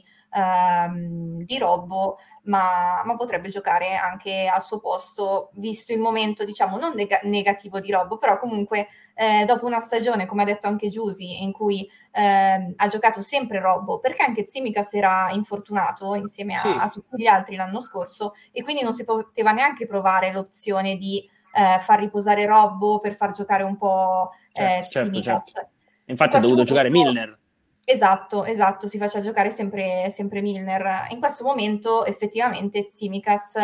um, di Robbo, ma, ma potrebbe giocare anche al suo posto, visto il momento, diciamo, non neg- negativo di Robbo, però comunque eh, dopo una stagione, come ha detto anche Giusy, in cui eh, ha giocato sempre Robbo, perché anche Tsimikas era infortunato insieme a, Sì. a tutti gli altri l'anno scorso, e quindi non si poteva neanche provare l'opzione di Eh, far riposare Robbo per far giocare un po' eh, certo, certo, certo. In Infatti ha dovuto questo giocare momento- Milner. Esatto, esatto, si faceva giocare sempre, sempre Milner. In questo momento effettivamente Tsimikas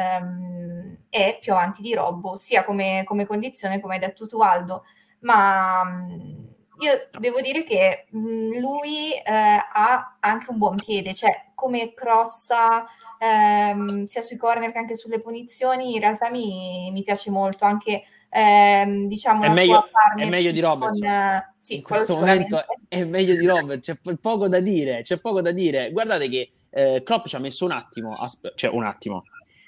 ehm, è più avanti di Robbo, sia come, come condizione, come hai detto tu Aldo, ma mh, io devo dire che mh, lui eh, ha anche un buon piede, cioè come crossa ehm, sia sui corner che anche sulle punizioni, in realtà mi, mi piace molto, anche ehm, diciamo È la meglio, sua è meglio di partnership con... Robertson. eh, In sì, quello questo sicuramente. momento è meglio di Robert, c'è po- poco da dire, c'è poco da dire. Guardate che eh, Klopp ci ha messo un attimo, a sp- cioè un attimo,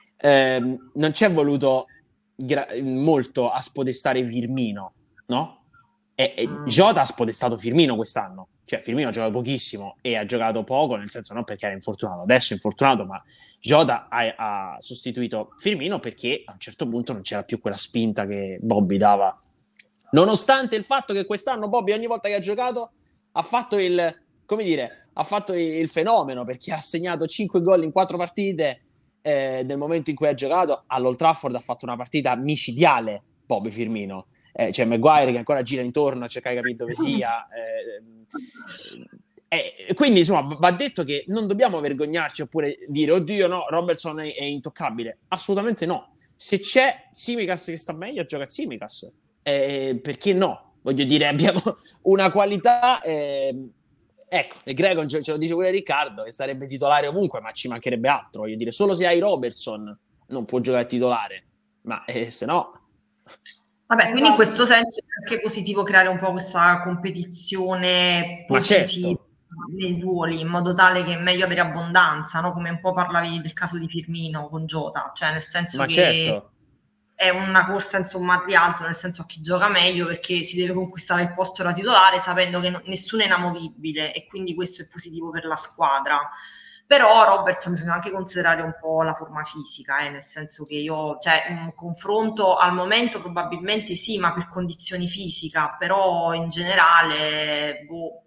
Ehm, non ci è voluto gra- molto a spodestare Firmino, no? E, e Mm. Jota ha spodestato Firmino quest'anno, cioè Firmino ha giocato pochissimo e ha giocato poco, nel senso non perché era infortunato, adesso è infortunato, ma Jota ha, ha sostituito Firmino perché a un certo punto non c'era più quella spinta che Bobby dava. Nonostante il fatto che quest'anno Bobby ogni volta che ha giocato ha fatto il, come dire, ha fatto il fenomeno, perché ha segnato cinque gol in quattro partite eh, nel momento in cui ha giocato. All'Old Trafford ha fatto una partita micidiale Bobby Firmino. Eh, c'è Maguire che ancora gira intorno a cercare di capire dove sia. Eh, eh, quindi insomma va detto che non dobbiamo vergognarci oppure dire oddio no, Robertson è, è intoccabile. Assolutamente no. Se c'è Tsimikas che sta meglio, gioca Tsimikas. Eh, perché no? Voglio dire, abbiamo una qualità. Eh, ecco, e Gregon ce, ce lo dice pure Riccardo, che sarebbe titolare ovunque, ma ci mancherebbe altro. Voglio dire, solo se hai Robertson non può giocare titolare, ma eh, se no. Vabbè, Esatto. quindi in questo senso è anche positivo creare un po' questa competizione Ma positiva certo. nei ruoli, in modo tale che è meglio avere abbondanza, no? Come un po' parlavi del caso di Firmino con Jota, cioè nel senso Ma che certo. è una corsa insomma di alto, nel senso a chi gioca meglio, perché si deve conquistare il posto da titolare sapendo che no- nessuno è inamovibile, e quindi questo è positivo per la squadra. Però Robertson bisogna anche considerare un po' la forma fisica, eh, nel senso che io, cioè un confronto al momento probabilmente sì, ma per condizioni fisica, però in generale, boh,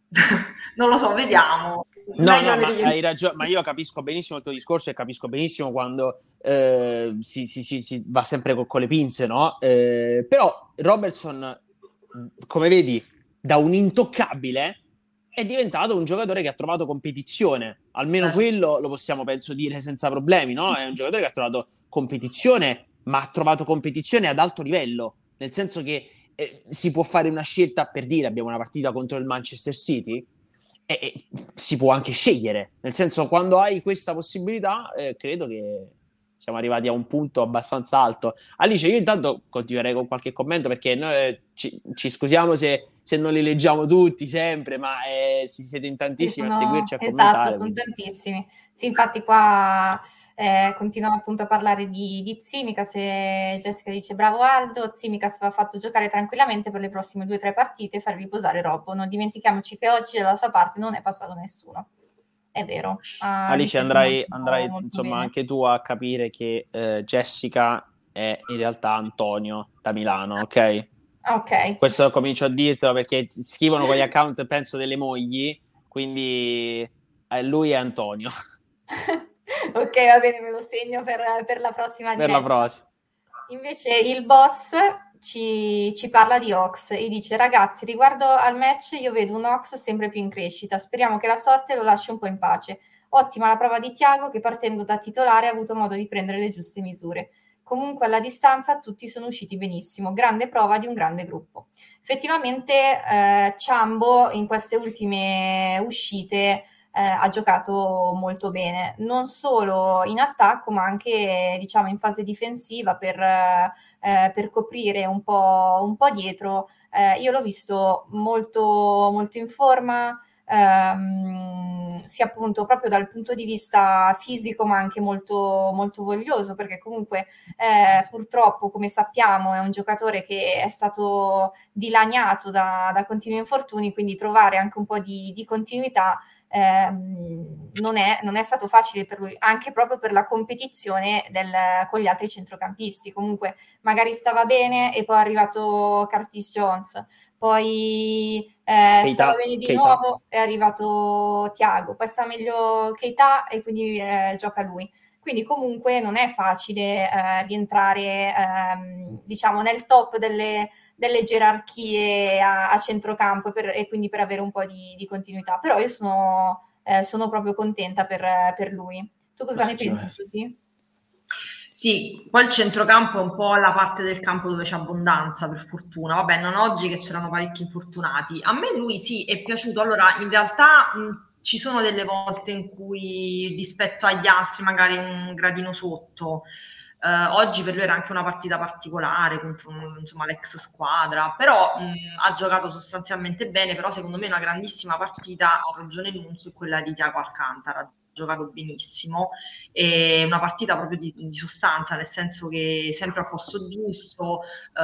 non lo so, vediamo. No, Meglio no, ma avere hai ragione, ma io capisco benissimo il tuo discorso e capisco benissimo quando eh, si, si- si- si va sempre co- con le pinze, no? Eh, però Robertson, come vedi, da un intoccabile è diventato un giocatore che ha trovato competizione. Almeno Certo. quello lo possiamo, penso, dire senza problemi, no? È un giocatore che ha trovato competizione, ma ha trovato competizione ad alto livello, nel senso che eh, si può fare una scelta per dire abbiamo una partita contro il Manchester City e, e si può anche scegliere, nel senso quando hai questa possibilità eh, credo che siamo arrivati a un punto abbastanza alto. Alice, io intanto continuerei con qualche commento perché noi eh, ci, ci scusiamo se, se non li leggiamo tutti sempre, ma eh, si siete in Sì, tantissimi a sono, seguirci, a esatto, commentare. sono Quindi. tantissimi. Sì, infatti qua eh, continuiamo appunto a parlare di, di Tsimikas e Jessica dice bravo Aldo, Tsimikas va fatto giocare tranquillamente per le prossime due o tre partite e far riposare Robbo. Non dimentichiamoci che oggi dalla sua parte non è passato nessuno. È vero, ha Alice, difeso molto, andrai, andrai molto insomma bene. anche tu a capire che eh, Jessica è in realtà Antonio da Milano, ok? Ok. Questo comincio a dirtelo perché scrivono con gli account, penso, delle mogli, quindi eh, lui è Antonio. Ok, va bene, me lo segno per, per la prossima Per la diretta. prossima. Invece il boss ci, ci parla di Ox e dice ragazzi, riguardo al match io vedo un Ox sempre più in crescita, speriamo che la sorte lo lasci un po' in pace. Ottima la prova di Thiago che partendo da titolare ha avuto modo di prendere le giuste misure. Comunque alla distanza tutti sono usciti benissimo, grande prova di un grande gruppo. Effettivamente eh, Ciambo in queste ultime uscite eh, ha giocato molto bene, non solo in attacco ma anche diciamo in fase difensiva per, eh, per coprire un po', un po' dietro. Eh, io l'ho visto molto, molto in forma, ehm, sia appunto proprio dal punto di vista fisico ma anche molto, molto voglioso, perché comunque eh, purtroppo, come sappiamo, è un giocatore che è stato dilaniato da, da continui infortuni, quindi trovare anche un po' di, di continuità ehm, non, è, non è stato facile per lui, anche proprio per la competizione del, con gli altri centrocampisti. Comunque magari stava bene e poi è arrivato Curtis Jones, poi eh, Keita, stava bene di Keita. nuovo, è arrivato Thiago, poi sta meglio Keita e quindi eh, gioca lui. Quindi comunque non è facile eh, rientrare ehm, diciamo nel top delle, delle gerarchie a, a centrocampo per, e quindi per avere un po' di, di continuità. Però io sono, eh, sono proprio contenta per, per lui. Tu cosa ne pensi, Giusy? Sì, poi il centrocampo è un po' la parte del campo dove c'è abbondanza, per fortuna. Vabbè, non oggi che c'erano parecchi infortunati. A me lui sì, è piaciuto. Allora, in realtà mh, ci sono delle volte in cui rispetto agli altri magari un gradino sotto. Uh, oggi per lui era anche una partita particolare contro insomma, l'ex squadra, però mh, ha giocato sostanzialmente bene, però secondo me una grandissima partita, ha ragione Nunzio, è quella di Thiago Alcantara, ha giocato benissimo, è una partita proprio di, di sostanza, nel senso che sempre a posto giusto,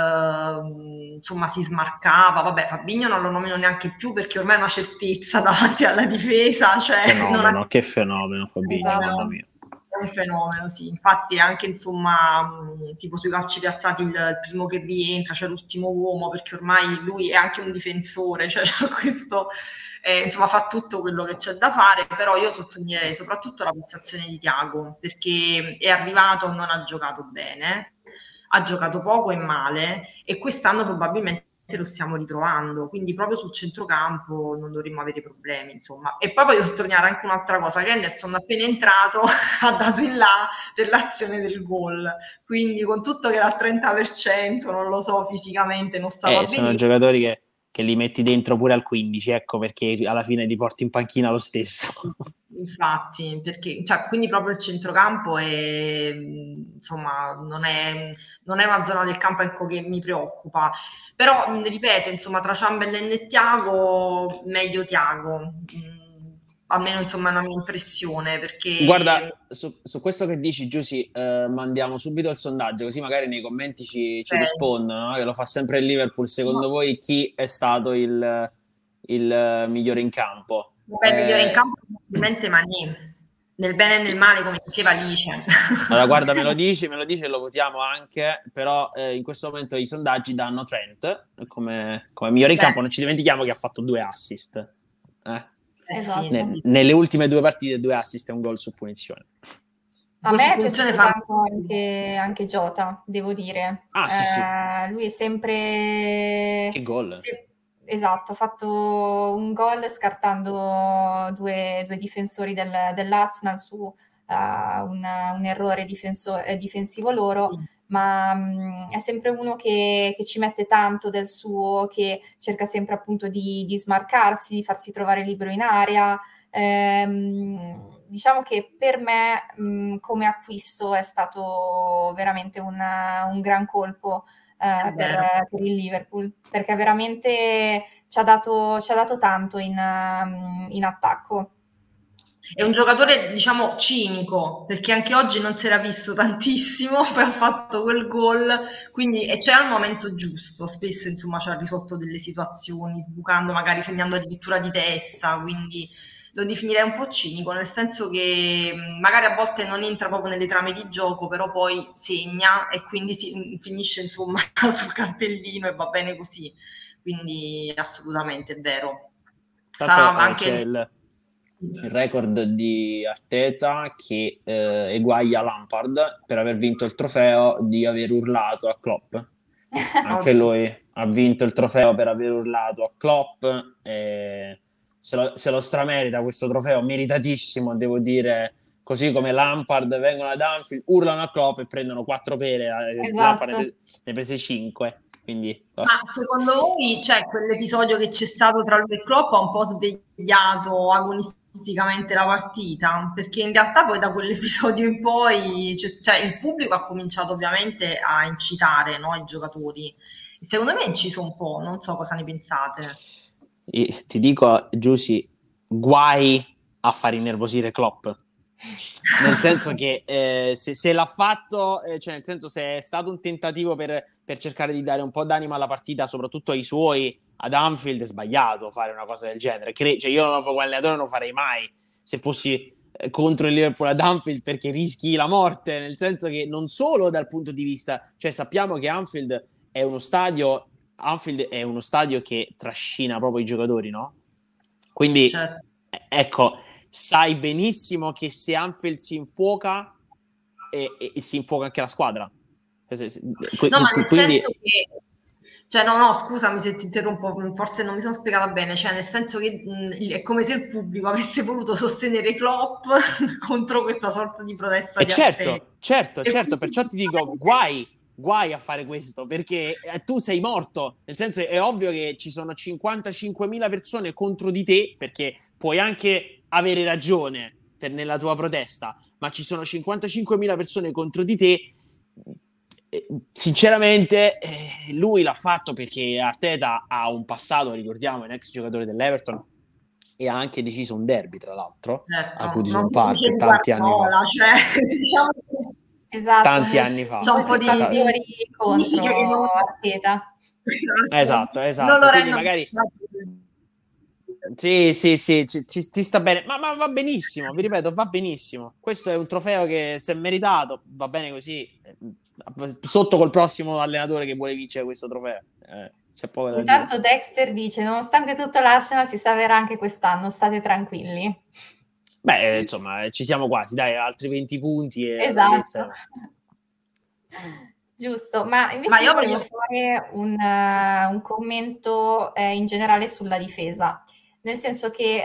uh, insomma si smarcava, vabbè Fabinho non lo nomino neanche più perché ormai è una certezza davanti alla difesa, cioè fenomeno, non ha... che fenomeno Fabinho, esatto. mamma mia. È un fenomeno, sì. Infatti anche insomma mh, tipo sui calci piazzati il, il primo che rientra, cioè l'ultimo uomo, perché ormai lui è anche un difensore, cioè, cioè questo eh, insomma fa tutto quello che c'è da fare, però io sottolineerei soprattutto la prestazione di Thiago, perché è arrivato, non ha giocato bene, ha giocato poco e male e quest'anno probabilmente lo stiamo ritrovando, quindi proprio sul centrocampo non dovremmo avere problemi, insomma. E poi voglio sottolineare anche un'altra cosa, che Henderson appena entrato ha dato il là per l'azione del gol, quindi con tutto che era al trenta per cento, non lo so, fisicamente non stava Eh, benissimo. sono giocatori che, che li metti dentro pure al quindici, ecco perché alla fine li porti in panchina lo stesso. Infatti, perché cioè, quindi proprio il centrocampo è, insomma, non è, non è una zona del campo ecco, che mi preoccupa. Però, mh, ripeto, insomma, tra Chamberlain e Thiago, meglio Thiago. Mh, almeno, insomma, è una mia impressione, perché... Guarda, su, su questo che dici, Giusy, eh, mandiamo subito il sondaggio, così magari nei commenti ci, ci eh, rispondono, no? Che lo fa sempre il Liverpool. Secondo no. voi chi è stato il, il migliore in campo? Beh, il migliore in Eh, campo probabilmente Mané, nel bene e nel male, come diceva Alice. allora, guarda, me lo dici, me lo dici e lo votiamo anche, però eh, in questo momento i sondaggi danno Trent come, come migliore in Beh. campo. Non ci dimentichiamo che ha fatto due assist. Eh? Eh Esatto. sì, Ne- sì. Nelle ultime due partite, due assist e un gol su punizione. A me è Funzione piaciuto tanto fantastica. anche, anche Jota, devo dire. Ah, sì, sì. Eh, lui è sempre... Che gol. se- esatto, ha fatto un gol scartando due, due difensori del, dell'Arsenal su eh, un, un errore difenso- eh, difensivo loro, ma mh, è sempre uno che, che ci mette tanto del suo, che cerca sempre appunto di, di smarcarsi, di farsi trovare libero in area. Ehm, diciamo che per me mh, come acquisto è stato veramente una, un gran colpo eh, per, per il Liverpool, perché veramente ci ha dato, ci ha dato tanto in, um, in attacco. È un giocatore, diciamo, cinico, perché anche oggi non si era visto tantissimo, poi ha fatto quel gol, quindi e c'era il momento giusto, spesso insomma ci ha risolto delle situazioni, sbucando, magari segnando addirittura di testa, quindi lo definirei un po' cinico, nel senso che magari a volte non entra proprio nelle trame di gioco, però poi segna e quindi si, finisce insomma sul cartellino e va bene così, quindi assolutamente è vero. Sarà Tanto eh, anche... c'è il, il record di Arteta che eh, eguaglia Lampard per aver vinto il trofeo di aver urlato a Klopp. Anche lui ha vinto il trofeo per aver urlato a Klopp e se lo, se lo stramerita questo trofeo, meritatissimo, devo dire, così come Lampard vengono ad Anfield, urlano a Klopp e prendono quattro pere, Esatto. Lampard ne, ne prese cinque. Quindi, ma secondo voi, cioè, quell'episodio che c'è stato tra lui e Klopp ha un po' svegliato agonisticamente la partita, perché in realtà poi da quell'episodio in poi, cioè, cioè, il pubblico ha cominciato ovviamente a incitare, no, i giocatori. E secondo me è inciso un po', non so cosa ne pensate. E ti dico, Giusy, guai a far innervosire Klopp. Nel senso che eh, se, se l'ha fatto, eh, cioè nel senso se è stato un tentativo per, per cercare di dare un po' d'animo alla partita, soprattutto ai suoi, ad Anfield, è sbagliato fare una cosa del genere. Cre- cioè io non, come allenatore non lo farei mai se fossi eh, contro il Liverpool ad Anfield, perché rischi la morte, nel senso che non solo dal punto di vista, cioè sappiamo che Anfield è uno stadio, Anfield è uno stadio che trascina proprio i giocatori, no? Quindi Cioè, eh, ecco, sai benissimo che se Anfield si infuoca, e, e, e si infuoca anche la squadra. Se- se- no, ma qu- nel Quindi, senso che, cioè, no, no, scusami se ti interrompo, forse non mi sono spiegata bene, cioè, nel senso che mh, il- è come se il pubblico avesse voluto sostenere Klopp contro questa sorta di protesta e di Arteta. certo, certo, E certo, quindi, perciò ti dico guai, guai a fare questo, perché eh, tu sei morto. Nel senso, è ovvio che ci sono cinquantacinquemila persone contro di te, perché puoi anche avere ragione per, nella tua protesta, ma ci sono cinquantacinquemila persone contro di te. Eh, Sinceramente, eh, lui l'ha fatto perché Arteta ha un passato, ricordiamo, è un ex giocatore dell'Everton e ha anche deciso un derby, tra l'altro, a certo, non Goodison si dice Park di tanti anni fa. Guardiola, cioè, diciamo che Esatto, Tanti molti, anni fa. c'è un po' molti di, di fattori mitiche che contro non, Arteta. esatto, Esatto, non esatto. lo Quindi rendono. magari sì, sì, sì, ci, ci- ci sta bene, ma, ma va benissimo, vi ripeto, va benissimo. Questo è un trofeo che si è meritato, va bene così. Eh, Sotto col prossimo allenatore che vuole vincere questo trofeo. Eh, c'è poco da dire. Intanto Dexter dice, nonostante tutto l'Arsenal si salverà anche quest'anno, state tranquilli. Beh, eh, insomma, eh, ci siamo quasi, dai, altri venti punti e la bellezza. Esatto. Giusto, ma Ma invece io io volevo voglio... fare un, eh, un commento eh, in generale sulla difesa, nel senso che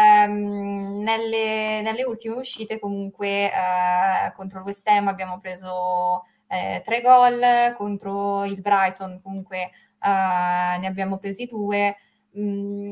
ehm, nelle, nelle ultime uscite comunque eh, contro il West Ham abbiamo preso eh, tre gol, contro il Brighton comunque eh, ne abbiamo presi due. Mm,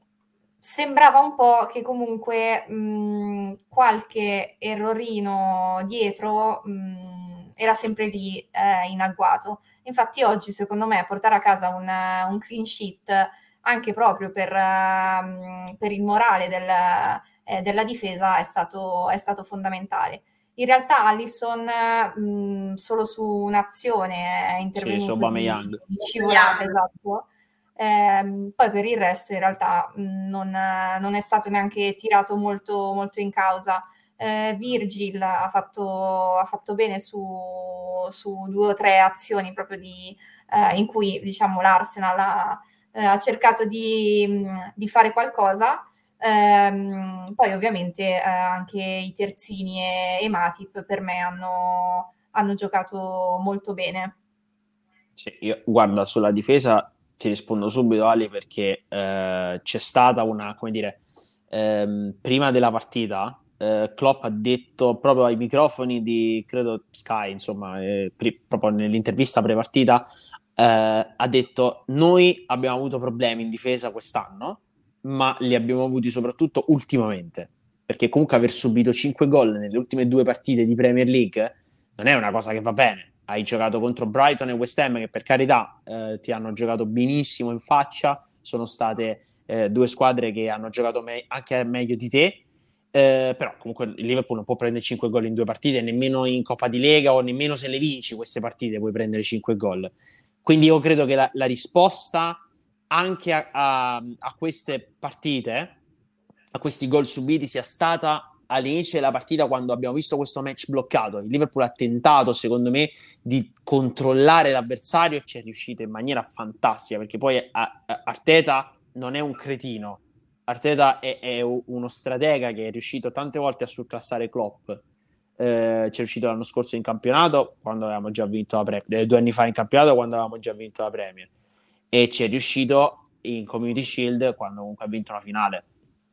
sembrava un po' che comunque mh, qualche errorino dietro mh, era sempre lì eh, in agguato. Infatti oggi secondo me portare a casa un, un clean sheet anche proprio per, uh, per il morale del, eh, della difesa è stato, è stato fondamentale. In realtà Alisson mh, solo su un'azione è Sì, su intervenuto di, Aubameyang. di scivolata, esatto. Ehm, poi per il resto in realtà mh, non, non è stato neanche tirato molto, molto in causa. Eh, Virgil ha fatto, ha fatto bene su, su due o tre azioni proprio di, eh, in cui diciamo, l'Arsenal ha, eh, ha cercato di, mh, di fare qualcosa. Ehm, poi ovviamente eh, anche i terzini e, e Matip per me hanno, hanno giocato molto bene. Sì, io, guarda, sulla difesa ti rispondo subito, Ali, perché eh, c'è stata una, come dire, ehm, prima della partita, eh, Klopp ha detto proprio ai microfoni di, credo, Sky, insomma, eh, pri- proprio nell'intervista pre-partita, eh, ha detto noi abbiamo avuto problemi in difesa quest'anno, ma li abbiamo avuti soprattutto ultimamente, perché comunque aver subito cinque gol nelle ultime due partite di Premier League non è una cosa che va bene. Hai giocato contro Brighton e West Ham che per carità eh, ti hanno giocato benissimo in faccia, sono state eh, due squadre che hanno giocato me- anche meglio di te, eh, però comunque il Liverpool non può prendere cinque gol in due partite, nemmeno in Coppa di Lega o nemmeno se le vinci queste partite puoi prendere cinque gol. Quindi io credo che la, la risposta anche a, a, a queste partite, a questi gol subiti, sia stata all'inizio della partita quando abbiamo visto questo match bloccato. Il Liverpool ha tentato, secondo me, di controllare l'avversario e ci è riuscito in maniera fantastica, perché poi a, a, Arteta non è un cretino. Arteta è, è uno stratega che è riuscito tante volte a surclassare Klopp. Eh, ci è riuscito l'anno scorso in campionato quando avevamo già vinto la Premier, due anni fa in campionato quando avevamo già vinto la Premier, e ci è riuscito in Community Shield quando comunque ha vinto la finale.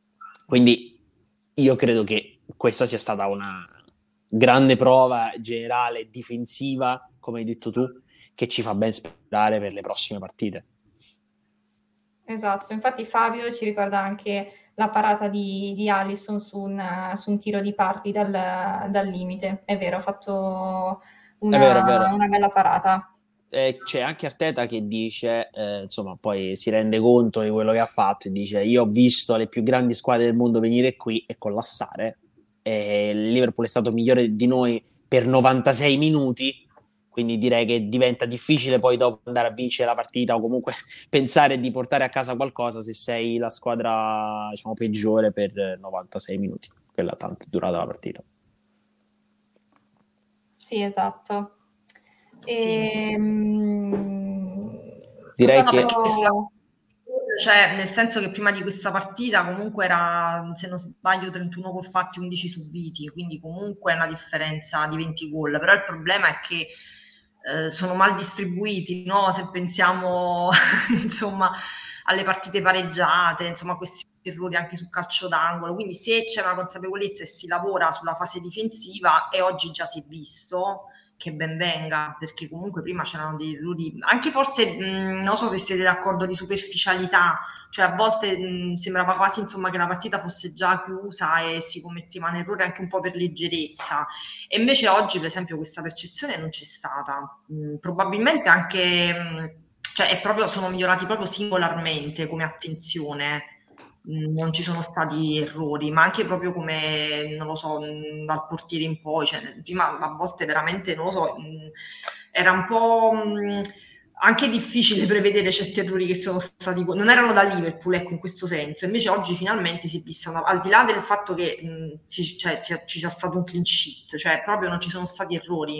Quindi io credo che questa sia stata una grande prova generale difensiva, come hai detto tu, che ci fa ben sperare per le prossime partite. Esatto, infatti Fabio ci ricorda anche la parata di, di Alisson su un, su un tiro di parti dal, dal limite. È vero, ha fatto È vero, è una, vero. una bella parata. Eh, c'è anche Arteta che dice, eh, insomma, poi si rende conto di quello che ha fatto e dice: io ho visto le più grandi squadre del mondo venire qui e collassare, e il Liverpool è stato migliore di noi per novantasei minuti, quindi direi che diventa difficile poi dopo andare a vincere la partita o comunque pensare di portare a casa qualcosa se sei la squadra, diciamo, peggiore per novantasei minuti. Quella tanto è durata la partita. Sì, esatto. Sì. E, mh, Direi cosa che altro- Cioè, nel senso che prima di questa partita comunque era, se non sbaglio, trentuno gol fatti, undici subiti, quindi comunque è una differenza di venti gol, però il problema è che eh, sono mal distribuiti, no? Se pensiamo insomma alle partite pareggiate, insomma questi errori anche sul calcio d'angolo, quindi se c'è una consapevolezza e si lavora sulla fase difensiva, e oggi già si è visto, che ben venga, perché comunque prima c'erano dei errori, anche forse mh, non so se siete d'accordo, di superficialità, cioè a volte mh, sembrava quasi insomma che la partita fosse già chiusa e si commetteva un errore anche un po' per leggerezza, e invece oggi per esempio questa percezione non c'è stata, mh, probabilmente anche mh, cioè è proprio, sono migliorati proprio singolarmente come attenzione. Non ci sono stati errori, ma anche proprio come, non lo so, mh, dal portiere in poi, cioè, prima a volte veramente, non lo so, mh, era un po' mh, anche difficile prevedere certi errori che sono stati, non erano da Liverpool, ecco, in questo senso, invece oggi finalmente si è vista, una, al di là del fatto che mh, si, cioè, ci, ci sia stato un clean sheet, cioè proprio non ci sono stati errori.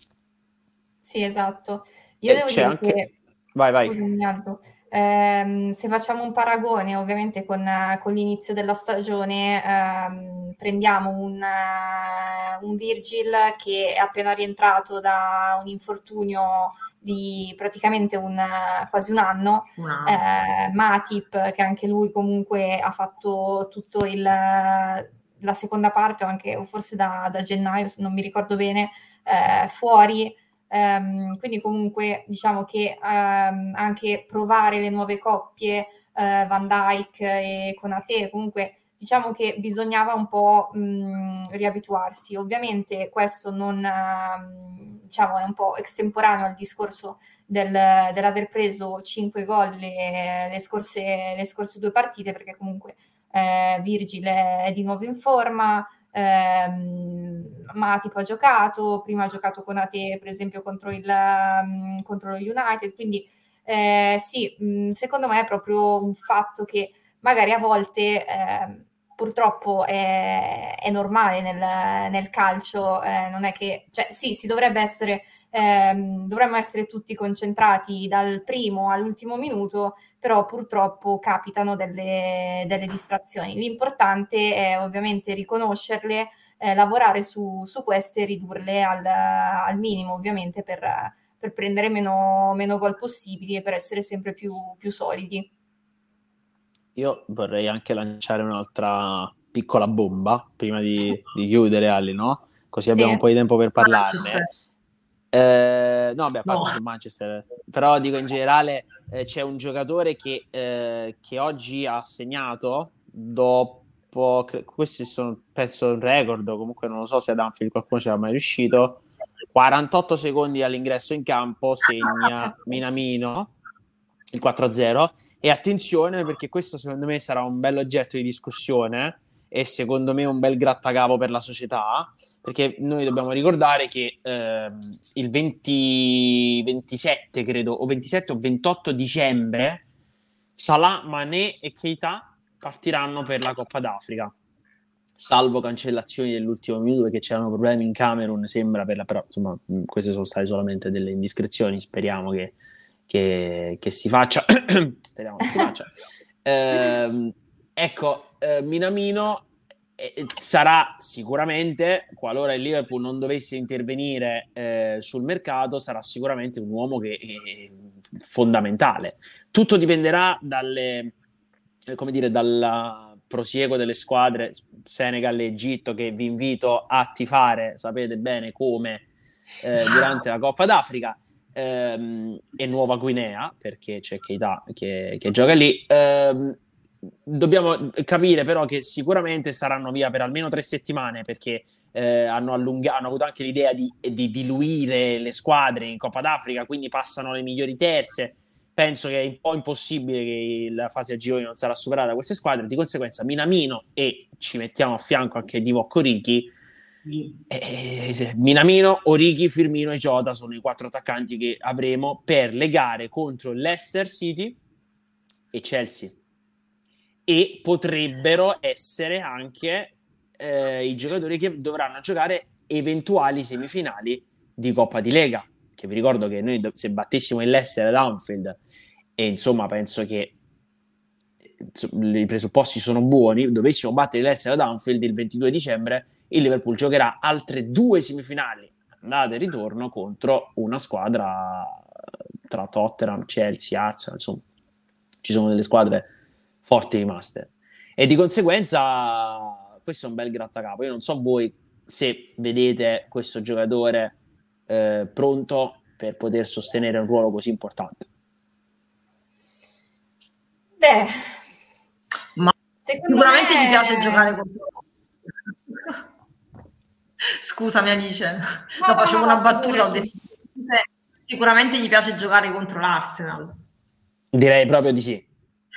Sì, esatto. Io eh, devo c'è dire anche... che, Vai, vai. scusami, Aldo, ehm, se facciamo un paragone ovviamente con, eh, con l'inizio della stagione, ehm, prendiamo un, eh, un Virgil che è appena rientrato da un infortunio di praticamente un, eh, quasi un anno, Una... eh, Matip che anche lui comunque ha fatto tutto il, la seconda parte o anche o forse da, da gennaio, non mi ricordo bene, eh, fuori. Um, quindi comunque diciamo che um, anche provare le nuove coppie, uh, Van Dijk e Konate, comunque diciamo che bisognava un po' mh, riabituarsi. Ovviamente questo non, uh, diciamo, è un po' estemporaneo al discorso del, dell'aver preso cinque gol le, le, scorse, le scorse due partite, perché comunque eh, Virgil è, è di nuovo in forma. Ehm, Matip ha giocato, prima ha giocato con Ate per esempio contro, il, um, contro lo United, quindi eh, sì, mh, secondo me è proprio un fatto che magari a volte eh, purtroppo è, è normale nel, nel calcio, eh, non è che, cioè sì, si dovrebbe essere, ehm, dovremmo essere tutti concentrati dal primo all'ultimo minuto, però purtroppo capitano delle, delle distrazioni. L'importante è ovviamente riconoscerle, eh, lavorare su, su queste e ridurle al, al minimo, ovviamente per, per prendere meno, meno gol possibili e per essere sempre più, più solidi. Io vorrei anche lanciare un'altra piccola bomba prima di, di chiudere, Ali, no? Così abbiamo un Sì. po' di tempo per Manchester. parlarne. Eh, no, beh, a parte No. su Manchester, però dico in generale eh, c'è un giocatore che, eh, che oggi ha segnato dopo, cre- questi sono penso un record, o comunque non lo so se ad Anfield qualcuno ci era mai riuscito, quarantotto secondi all'ingresso in campo segna Minamino il quattro a zero, e attenzione perché questo secondo me sarà un bel oggetto di discussione e secondo me un bel grattacapo per la società, perché noi dobbiamo ricordare che ehm, il venti, ventisette credo, o ventisette o ventotto dicembre Salah, Mané e Keita partiranno per la Coppa d'Africa, salvo cancellazioni dell'ultimo minuto perché c'erano problemi in Camerun, sembra, per la, però insomma queste sono state solamente delle indiscrezioni, speriamo che, che, che si faccia speriamo che si faccia eh, ecco, eh, Minamino eh, sarà sicuramente, qualora il Liverpool non dovesse intervenire eh, sul mercato, sarà sicuramente un uomo che è fondamentale. Tutto dipenderà dalle, eh, come dire, dal prosieguo delle squadre Senegal e Egitto, che vi invito a tifare, sapete bene come, eh, durante la Coppa d'Africa, ehm, e Nuova Guinea, perché c'è Keita che, che gioca lì. Ehm, dobbiamo capire però che sicuramente saranno via per almeno tre settimane, perché eh, hanno, allunga- hanno avuto anche l'idea di, di diluire le squadre in Coppa d'Africa, quindi passano le migliori terze. Penso che è un po' impossibile che la fase a gironi non sarà superata da queste squadre, di conseguenza Minamino, e ci mettiamo a fianco anche Divock Origi. Eh, Minamino, Origi, Firmino e Jota sono i quattro attaccanti che avremo per le gare contro Leicester City e Chelsea, e potrebbero essere anche eh, i giocatori che dovranno giocare eventuali semifinali di Coppa di Lega, che vi ricordo che noi se battessimo il Leicester ad Anfield, e insomma penso che i presupposti sono buoni, dovessimo battere il Leicester ad Anfield il ventidue dicembre, il Liverpool giocherà altre due semifinali andata e ritorno contro una squadra tra Tottenham, Chelsea, Arsenal, insomma ci sono delle squadre forti rimaste, e di conseguenza questo è un bel grattacapo. Io non so voi se vedete questo giocatore eh, pronto per poter sostenere un ruolo così importante. Beh, ma sicuramente me... gli piace giocare contro. Scusami Alice, no, no, facevo no, una battuta, ho detto sicuramente gli piace giocare contro l'Arsenal. Direi proprio di sì.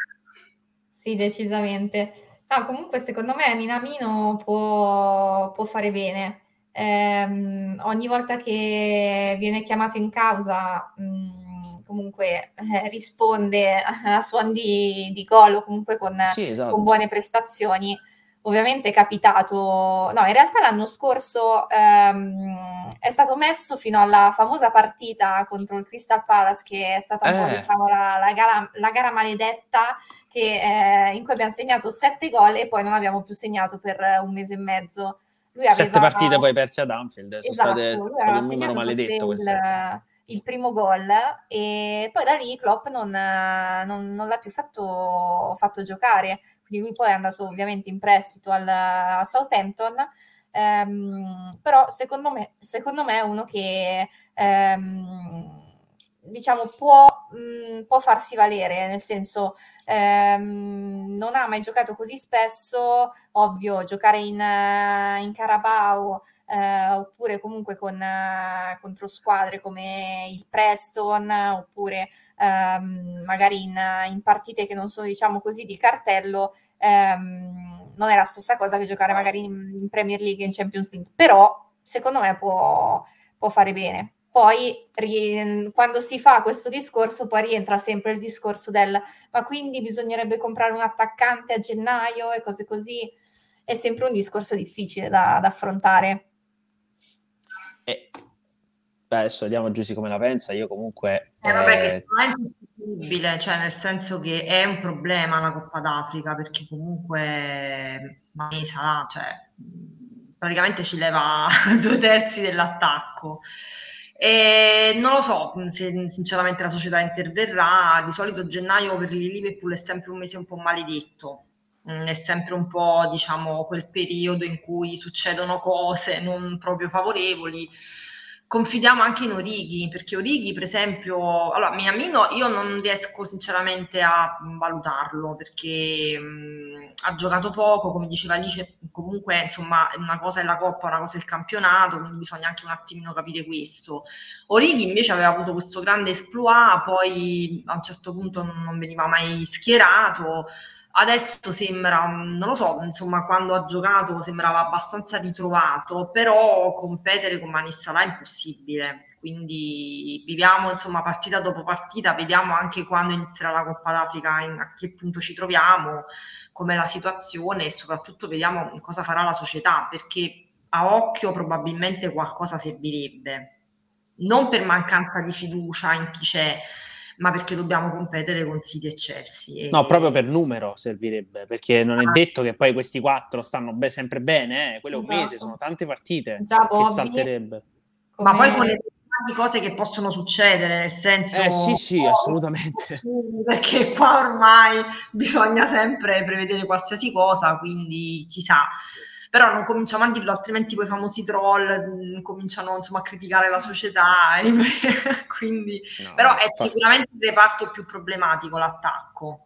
Sì, decisamente. No, comunque secondo me Minamino può, può fare bene. Eh, ogni volta che viene chiamato in causa, mh, comunque eh, risponde a suon di, di gol o comunque con, sì, esatto. con buone prestazioni. Ovviamente è capitato, no, in realtà l'anno scorso ehm, è stato messo fino alla famosa partita contro il Crystal Palace, che è stata un eh. po' diciamo la, la, gara, la gara maledetta, che, eh, in cui abbiamo segnato sette gol e poi non abbiamo più segnato per un mese e mezzo. Lui aveva... Sette partite poi perse ad Anfield, esatto, sono state, lui stato un numero maledetto il, il primo gol, e poi da lì Klopp non, non, non l'ha più fatto, fatto giocare. Quindi lui poi è andato ovviamente in prestito al, a Southampton, ehm, però secondo me, secondo me è uno che ehm, diciamo può, mh, può farsi valere, nel senso ehm, non ha mai giocato così spesso, ovvio giocare in, in Carabao eh, oppure comunque con, uh, contro squadre come il Preston, oppure ehm, magari in, in partite che non sono diciamo così di cartello, ehm, non è la stessa cosa che giocare magari in, in Premier League e in Champions League, però secondo me può, può fare bene. Poi ri, quando si fa questo discorso poi rientra sempre il discorso del ma quindi bisognerebbe comprare un attaccante a gennaio e cose così. È sempre un discorso difficile da, da affrontare. Eh, beh, adesso vediamo Giusy come la pensa. Io comunque eh, vabbè, che è insostenibile, cioè nel senso che è un problema la Coppa d'Africa, perché comunque Mané sarà, cioè praticamente ci leva due terzi dell'attacco. E non lo so se sinceramente la società interverrà. Di solito gennaio per il Liverpool è sempre un mese un po' maledetto, è sempre un po' diciamo quel periodo in cui succedono cose non proprio favorevoli. Confidiamo anche in Origi, perché Origi per esempio, allora Minamino io non riesco sinceramente a valutarlo, perché mh, ha giocato poco, come diceva Alice, comunque insomma una cosa è la Coppa, una cosa è il campionato, quindi bisogna anche un attimino capire questo. Origi invece aveva avuto questo grande exploit, poi a un certo punto non, non veniva mai schierato. Adesso sembra, non lo so, insomma, quando ha giocato sembrava abbastanza ritrovato, però competere con Mané Salah è impossibile. Quindi viviamo, insomma, partita dopo partita, vediamo anche quando inizierà la Coppa d'Africa, in, a che punto ci troviamo, com'è la situazione, e soprattutto vediamo cosa farà la società, perché a occhio probabilmente qualcosa servirebbe. Non per mancanza di fiducia in chi c'è, ma perché dobbiamo competere con City e Chelsea. E... No, proprio per numero servirebbe, perché non è ah. detto che poi questi quattro stanno be- sempre bene, eh? Quello è un esatto. mese, sono tante partite Già, che salterebbe. Come... Ma poi con le cose che possono succedere, nel senso... Eh sì, sì, oh, assolutamente. Perché qua ormai bisogna sempre prevedere qualsiasi cosa, quindi chissà. Però non cominciamo a dirlo, altrimenti poi i famosi troll mh, cominciano insomma a criticare la società, quindi no, però è fa... sicuramente il reparto più problematico, l'attacco.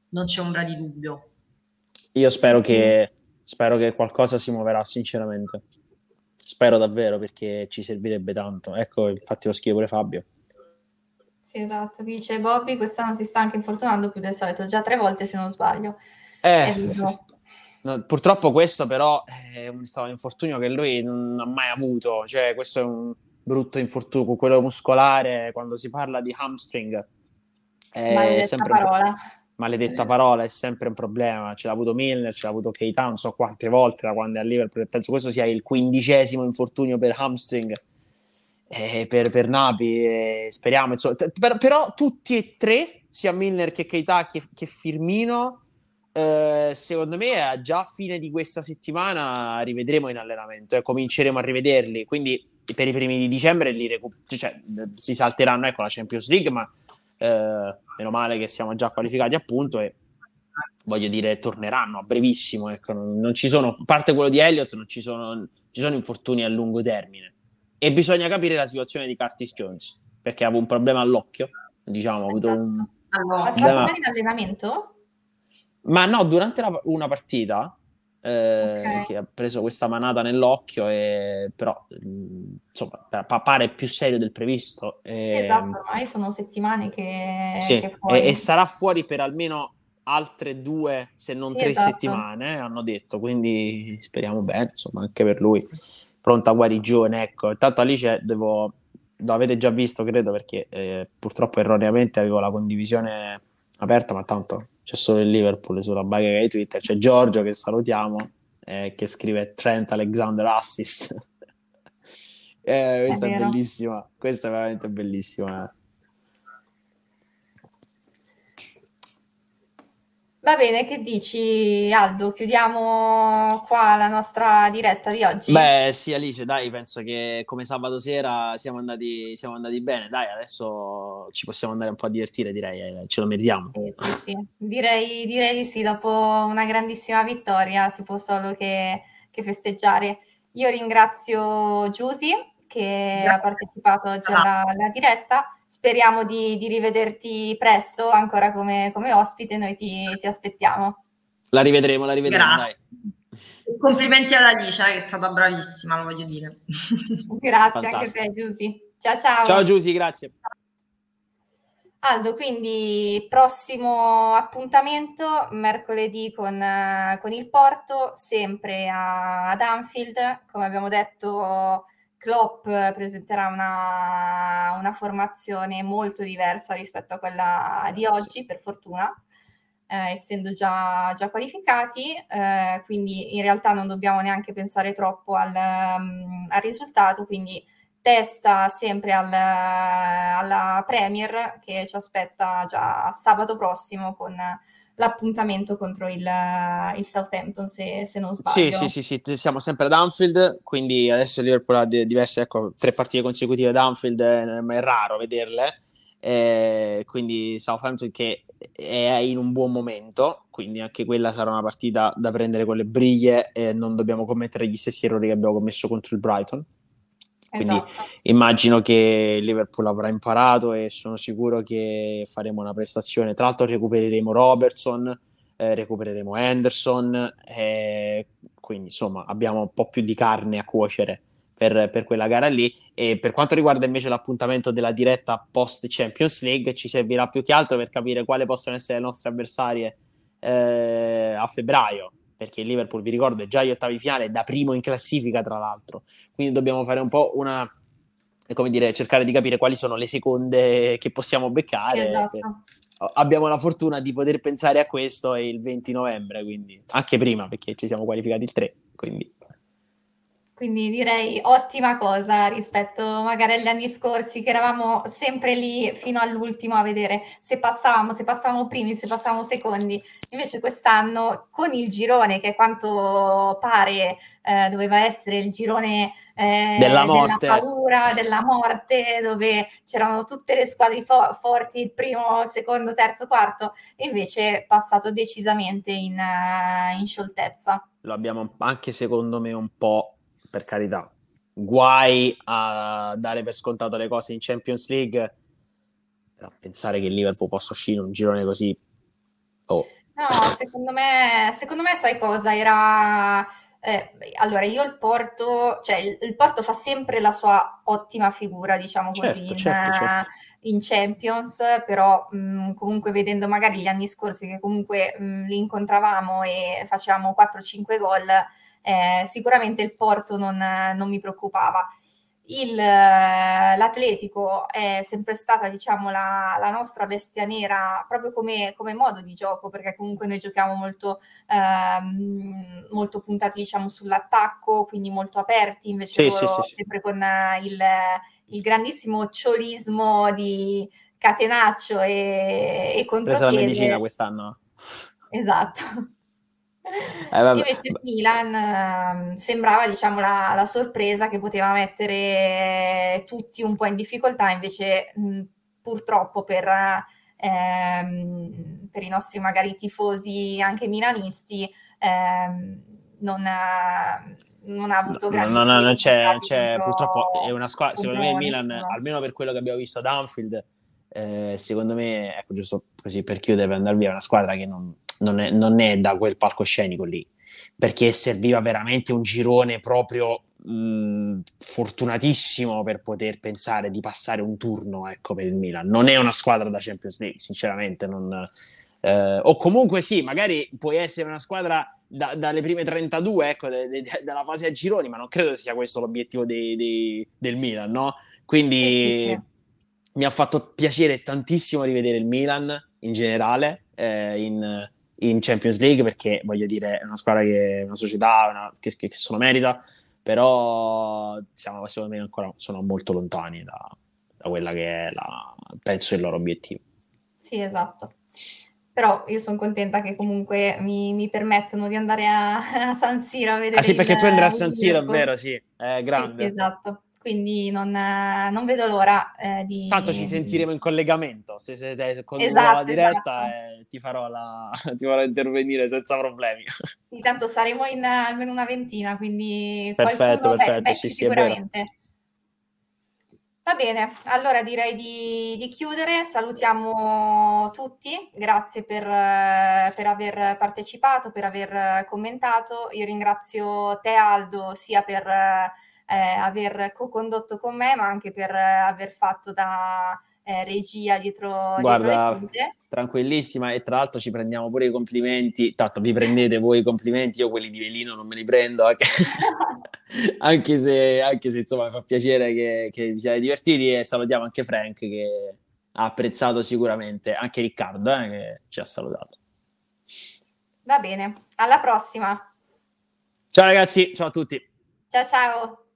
non c'è ombra di dubbio. Io spero che, spero che qualcosa si muoverà, sinceramente. Spero davvero, perché ci servirebbe tanto. Ecco, infatti lo scrive pure Fabio. Sì, esatto. Dice Bobby quest'anno si sta anche infortunando più del solito, già tre volte se non sbaglio. Eh, È vero. no, purtroppo questo però è un, stato un infortunio che lui non ha mai avuto, cioè questo è un brutto infortunio, quello muscolare, quando si parla di hamstring è Maledetta sempre un pro- parola. maledetta parola, è sempre un problema. Ce l'ha avuto Milner, ce l'ha avuto Keita, non so quante volte da quando è a Liverpool, penso questo sia il quindicesimo infortunio per hamstring eh, per, per Napi, eh, speriamo insomma, t- per- però tutti e tre, sia Milner che Keita che, che Firmino, eh, secondo me a già fine di questa settimana rivedremo in allenamento e eh, cominceremo a rivederli, quindi per i primi di dicembre li recu- cioè, si salteranno, ecco, la Champions League, ma eh, meno male che siamo già qualificati, appunto, e voglio dire torneranno a brevissimo, ecco. non, non ci sono, a parte quello di Elliott, non ci sono, ci sono infortuni a lungo termine e bisogna capire la situazione di Curtis Jones, perché ha avuto un problema all'occhio, diciamo, ha avuto Esatto. un Ma si è fatto problema, male in allenamento? ma no, durante la- una partita eh, Ok. che ha preso questa manata nell'occhio, e, però mh, insomma pa- pare più serio del previsto. Sì, E, esatto, ormai sono settimane che, sì, che è e, e fuori. sarà fuori per almeno altre due, se non Sì, tre esatto. settimane, eh, hanno detto, quindi speriamo bene, insomma, anche per lui. Pronta guarigione, ecco. Intanto Alice, devo, lo avete già visto, credo, perché eh, purtroppo erroneamente avevo la condivisione aperta, ma tanto c'è solo il Liverpool sulla bacheca di Twitter. C'è Giorgio, che salutiamo, eh, che scrive Trent Alexander assist. eh, È questa è vero. bellissima, questa è veramente bellissima. Eh. Va bene, che dici Aldo? Chiudiamo qua la nostra diretta di oggi? Beh, sì, Alice, dai, penso che come sabato sera siamo andati, siamo andati bene. Dai, adesso ci possiamo andare un po' a divertire, direi, eh, ce lo meritiamo. Sì, sì, sì. Direi, direi di sì, dopo una grandissima vittoria si può solo che, che festeggiare. Io ringrazio Giusy che ha Grazie. partecipato oggi alla, alla diretta. Speriamo di, di rivederti presto ancora come, come ospite, noi ti, ti aspettiamo. La rivedremo, la rivedremo, dai. Grazie. Complimenti ad Alicia, che è stata bravissima, lo voglio dire. Grazie anche a Fantastico. te, Giusy. Ciao, Ciao ciao. Giusy, grazie. Aldo, quindi prossimo appuntamento mercoledì con, eh, con il Porto, sempre a- ad Anfield. Come abbiamo detto, Klopp presenterà una, una formazione molto diversa rispetto a quella di Sì. oggi, per fortuna, eh, essendo già, già qualificati, eh, quindi in realtà non dobbiamo neanche pensare troppo al, um, al risultato, quindi testa sempre al, alla Premier che ci aspetta già sabato prossimo con l'appuntamento contro il, il Southampton, se, se non Sì, sbaglio. sì, sì, sì, siamo sempre ad Anfield, quindi adesso il Liverpool ha di- diverse, ecco, tre partite consecutive ad Anfield, eh, ma è raro vederle, eh, quindi Southampton che è in un buon momento, quindi anche quella sarà una partita da prendere con le briglie e non dobbiamo commettere gli stessi errori che abbiamo commesso contro il Brighton. Quindi Esatto. immagino che il Liverpool avrà imparato e sono sicuro che faremo una prestazione. Tra l'altro recupereremo Robertson, eh, recupereremo Henderson, eh, quindi insomma abbiamo un po' più di carne a cuocere per, per quella gara lì. E per quanto riguarda invece l'appuntamento della diretta post Champions League, ci servirà più che altro per capire quali possono essere le nostre avversarie eh, a febbraio, perché il Liverpool, vi ricordo, è già agli ottavi finale, da primo in classifica tra l'altro, quindi dobbiamo fare un po' una, come dire, cercare di capire quali sono le seconde che possiamo Sì, beccare. esatto. Abbiamo la fortuna di poter pensare a questo il venti novembre, quindi anche prima, perché ci siamo qualificati il tre, quindi Quindi direi ottima cosa rispetto magari agli anni scorsi che eravamo sempre lì fino all'ultimo a vedere se passavamo, se passavamo primi, se passavamo secondi. Invece quest'anno con il girone, che quanto pare eh, doveva essere il girone della eh, della morte. paura, della morte, dove c'erano tutte le squadre fo- forti, il primo, secondo, terzo, quarto, e invece è passato decisamente in, uh, in scioltezza. Lo abbiamo anche secondo me un po', per carità, guai a dare per scontato le cose in Champions League, però pensare che il Liverpool possa uscire in un girone così, oh. No, secondo me, secondo me sai cosa? Era eh, allora io il Porto, cioè il, il Porto fa sempre la sua ottima figura, diciamo così, Certo, in, certo, eh, certo. in Champions, però mh, comunque vedendo magari gli anni scorsi che comunque mh, li incontravamo e facevamo quattro cinque gol, eh, sicuramente il Porto non, non mi preoccupava. Il, L'Atletico è sempre stata, diciamo, la, la nostra bestia nera proprio come, come modo di gioco, perché comunque noi giochiamo molto, ehm, molto puntati, diciamo, sull'attacco, quindi molto aperti, invece Sì, sì, sì, loro sì. sempre con il, il grandissimo ciolismo di catenaccio e, e Presa la medicina contropiede. quest'anno. Esatto. Eh, vabbè. Invece il Milan ehm, sembrava, diciamo, la, la sorpresa che poteva mettere tutti un po' in difficoltà, invece mh, purtroppo per, ehm, per i nostri magari tifosi anche milanisti ehm, non, ha, non ha No, avuto no, no, grandissimi non c'è, non risultati c'è, purtroppo è contro, una squadra, secondo me il contro Milan, nessuno. almeno per quello che abbiamo visto ad Anfield, eh, secondo me, ecco, giusto così per chiudere, per andare via, è una squadra che non, non è, non è da quel palcoscenico lì, perché serviva veramente un girone proprio mh, fortunatissimo per poter pensare di passare un turno, ecco, per il Milan. Non è una squadra da Champions League, sinceramente, non... Eh, o comunque sì, magari puoi essere una squadra da, dalle prime trentadue, ecco, de, de, de, dalla fase a gironi, ma non credo sia questo l'obiettivo dei, dei, del Milan, no? Sì, sì, sì. Quindi mi ha fatto piacere tantissimo rivedere il Milan in generale eh, in, in Champions League, perché voglio dire, è una squadra che è una società una, che, che, che se lo merita, però siamo, secondo me ancora sono molto lontani da, da quella che è la, penso il loro obiettivo. Sì, esatto. Però io son contenta che comunque mi, mi permettono di andare a, a San Siro a Ah vedere sì, il, perché tu andrai a il San Siro, è Liverpool. vero, sì, è Sì, sì, grande. esatto. Quindi non, non vedo l'ora eh, Tanto ci di... sentiremo in collegamento, se, se, se condurrò la Esatto, diretta esatto. eh, ti, farò la, ti farò intervenire senza problemi. Sì, tanto saremo in almeno una ventina, quindi Perfetto, qualcuno be- perfetto, sì, becchi sì, è vero. sicuramente. Va bene, allora direi di, di chiudere. Salutiamo tutti, grazie per, eh, per aver partecipato, per aver commentato. Io ringrazio te, Aldo, sia per eh, aver co-condotto con me, ma anche per eh, aver fatto da eh, regia dietro, dietro le Guarda, quinte. tranquillissima e tra l'altro ci prendiamo pure i complimenti, tanto vi prendete voi i complimenti, io quelli di Velino non me li prendo, anche, anche se, anche se insomma mi fa piacere che, che vi siate divertiti e salutiamo anche Frank che ha apprezzato sicuramente, anche Riccardo eh, che ci ha salutato. Va bene, alla prossima. Ciao ragazzi, ciao a tutti. Ciao ciao.